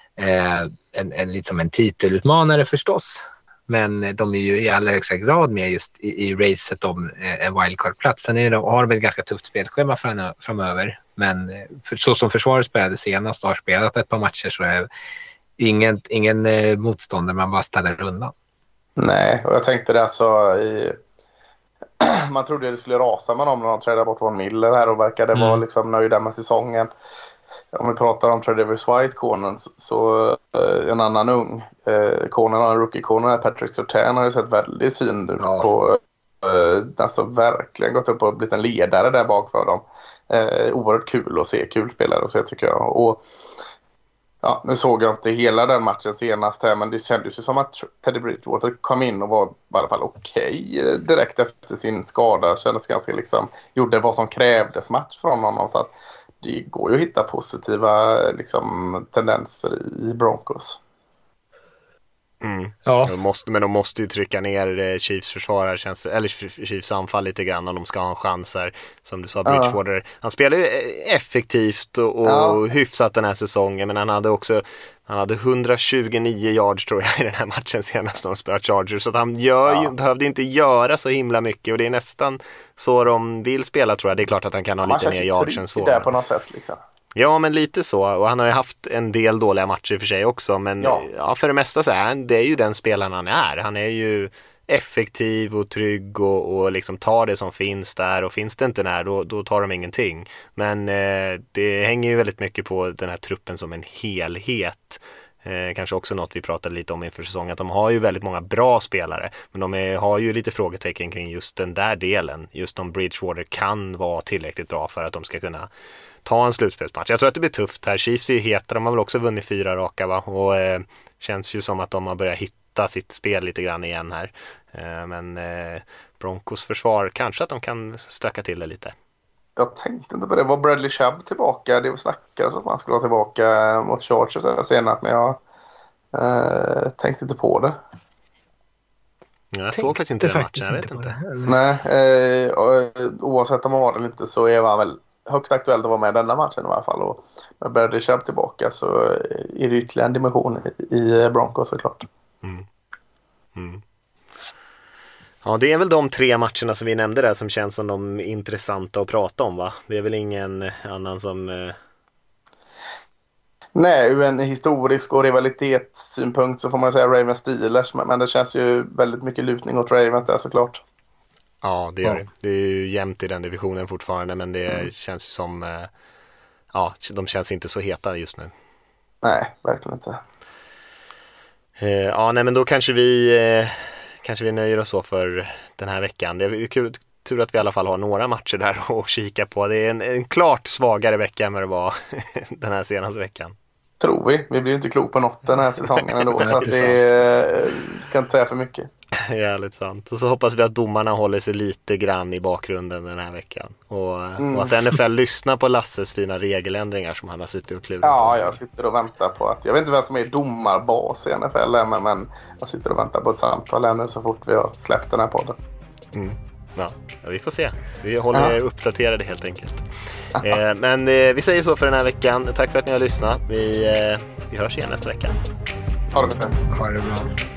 Speaker 7: en titelutmanare förstås, men de är ju i allra högsta grad med just i racet om en wildcard-plats. Sen har de ett ganska tufft spelschema framöver, men så som försvaret spelade senast och har spelat ett par matcher så är ingen motståndare man bara ställer undan.
Speaker 6: Nej, och jag tänkte det alltså man trodde det skulle rasa med dem när de trädde bort Von Miller här och verkade vara liksom nöjda med säsongen. Om vi pratar om Tredavious White-konen så en annan ung konen och en rookie-konen, Patrick Surtain, har ju sett väldigt fin ut på alltså verkligen gått upp och blivit en ledare där bak för dem. Oerhört kul att se, kul spelare och så tycker jag. Och ja, nu såg jag inte hela den matchen senast här, men det kändes ju som att Teddy Bridgewater kom in och var i alla fall okej direkt efter sin skada. Kändes ganska liksom, gjorde vad som krävdes match från honom, så att det går ju att hitta positiva liksom tendenser i Broncos.
Speaker 5: Ja. Men de måste ju trycka ner Chiefs försvarare, eller Chiefs anfall lite grann om de ska ha en chans här. Som du sa, Bridgewater. Han spelar ju effektivt och hyfsat den här säsongen, men han hade 129 yards tror jag i den här matchen senast när de spelade Chargers, så att han behövde inte göra så himla mycket, och det är nästan så de vill spela tror jag. Det är klart att han kan ha lite mer yards än så.
Speaker 6: Där på något sätt liksom.
Speaker 5: Ja, men lite så. Och han har ju haft en del dåliga matcher för sig också. Men för det mesta så är det är ju den spelaren han är. Han är ju effektiv och trygg och liksom tar det som finns där. Och finns det inte där, då tar de ingenting. Men det hänger ju väldigt mycket på den här truppen som en helhet. Kanske också något vi pratade lite om inför säsongen. Att de har ju väldigt många bra spelare. Men de har ju lite frågetecken kring just den där delen. Just om Bridgewater kan vara tillräckligt bra för att de ska kunna ta en slutspelsmatch. Jag tror att det blir tufft här. Chiefs är ju heta, de har väl också vunnit 4 raka va? Och känns ju som att de har börjat hitta sitt spel lite grann igen här. Men Broncos försvar, kanske att de kan stöka till det lite.
Speaker 6: Jag tänkte inte på det. Var Bradley Chubb tillbaka? Det var snackade att man skulle vara tillbaka mot Chargers senast, men jag tänkte inte på det.
Speaker 5: Jag såg faktiskt inte den matchen, jag vet inte.
Speaker 6: Nej, oavsett om man var det inte så är man väl högt aktuellt att vara med i denna matchen i alla fall. Och med Bradley Chubb tillbaka så är det ytterligare en dimension i Broncos såklart.
Speaker 5: Ja, det är väl de 3 matcherna som vi nämnde där som känns som de intressanta att prata om va? Det är väl ingen annan som...
Speaker 6: Nej, ur en historisk och rivalitetssynpunkt så får man säga Ravens Steelers, men det känns ju väldigt mycket lutning åt Ravens där såklart.
Speaker 5: Ja, det gör det. Det är ju jämnt i den divisionen fortfarande, men det känns som... de känns inte så heta just nu.
Speaker 6: Nej, verkligen inte.
Speaker 5: Men då kanske vi nöjer oss så för den här veckan. Det är kul, tur att vi i alla fall har några matcher där att kika på. Det är en klart svagare vecka än vad det var den här senaste veckan.
Speaker 6: Tror vi. Vi blir inte klok på något den här säsongen ändå, så att det ska inte säga för mycket.
Speaker 5: Jävligt sant. Och så hoppas vi att domarna håller sig lite grann i bakgrunden den här veckan. Och att NFL lyssnar på Lasses fina regeländringar som han har suttit och klurat på.
Speaker 6: Ja, jag sitter och väntar på att... Jag vet inte vem som är domarbas i NFL, men jag sitter och väntar på ett samtal här nu så fort vi har släppt den här podden.
Speaker 5: Ja, vi får se. Vi håller er uppdaterade helt enkelt. Men vi säger så för den här veckan. Tack för att ni har lyssnat. Vi hörs igen nästa vecka.
Speaker 6: Ha det bra.
Speaker 7: Ha det bra.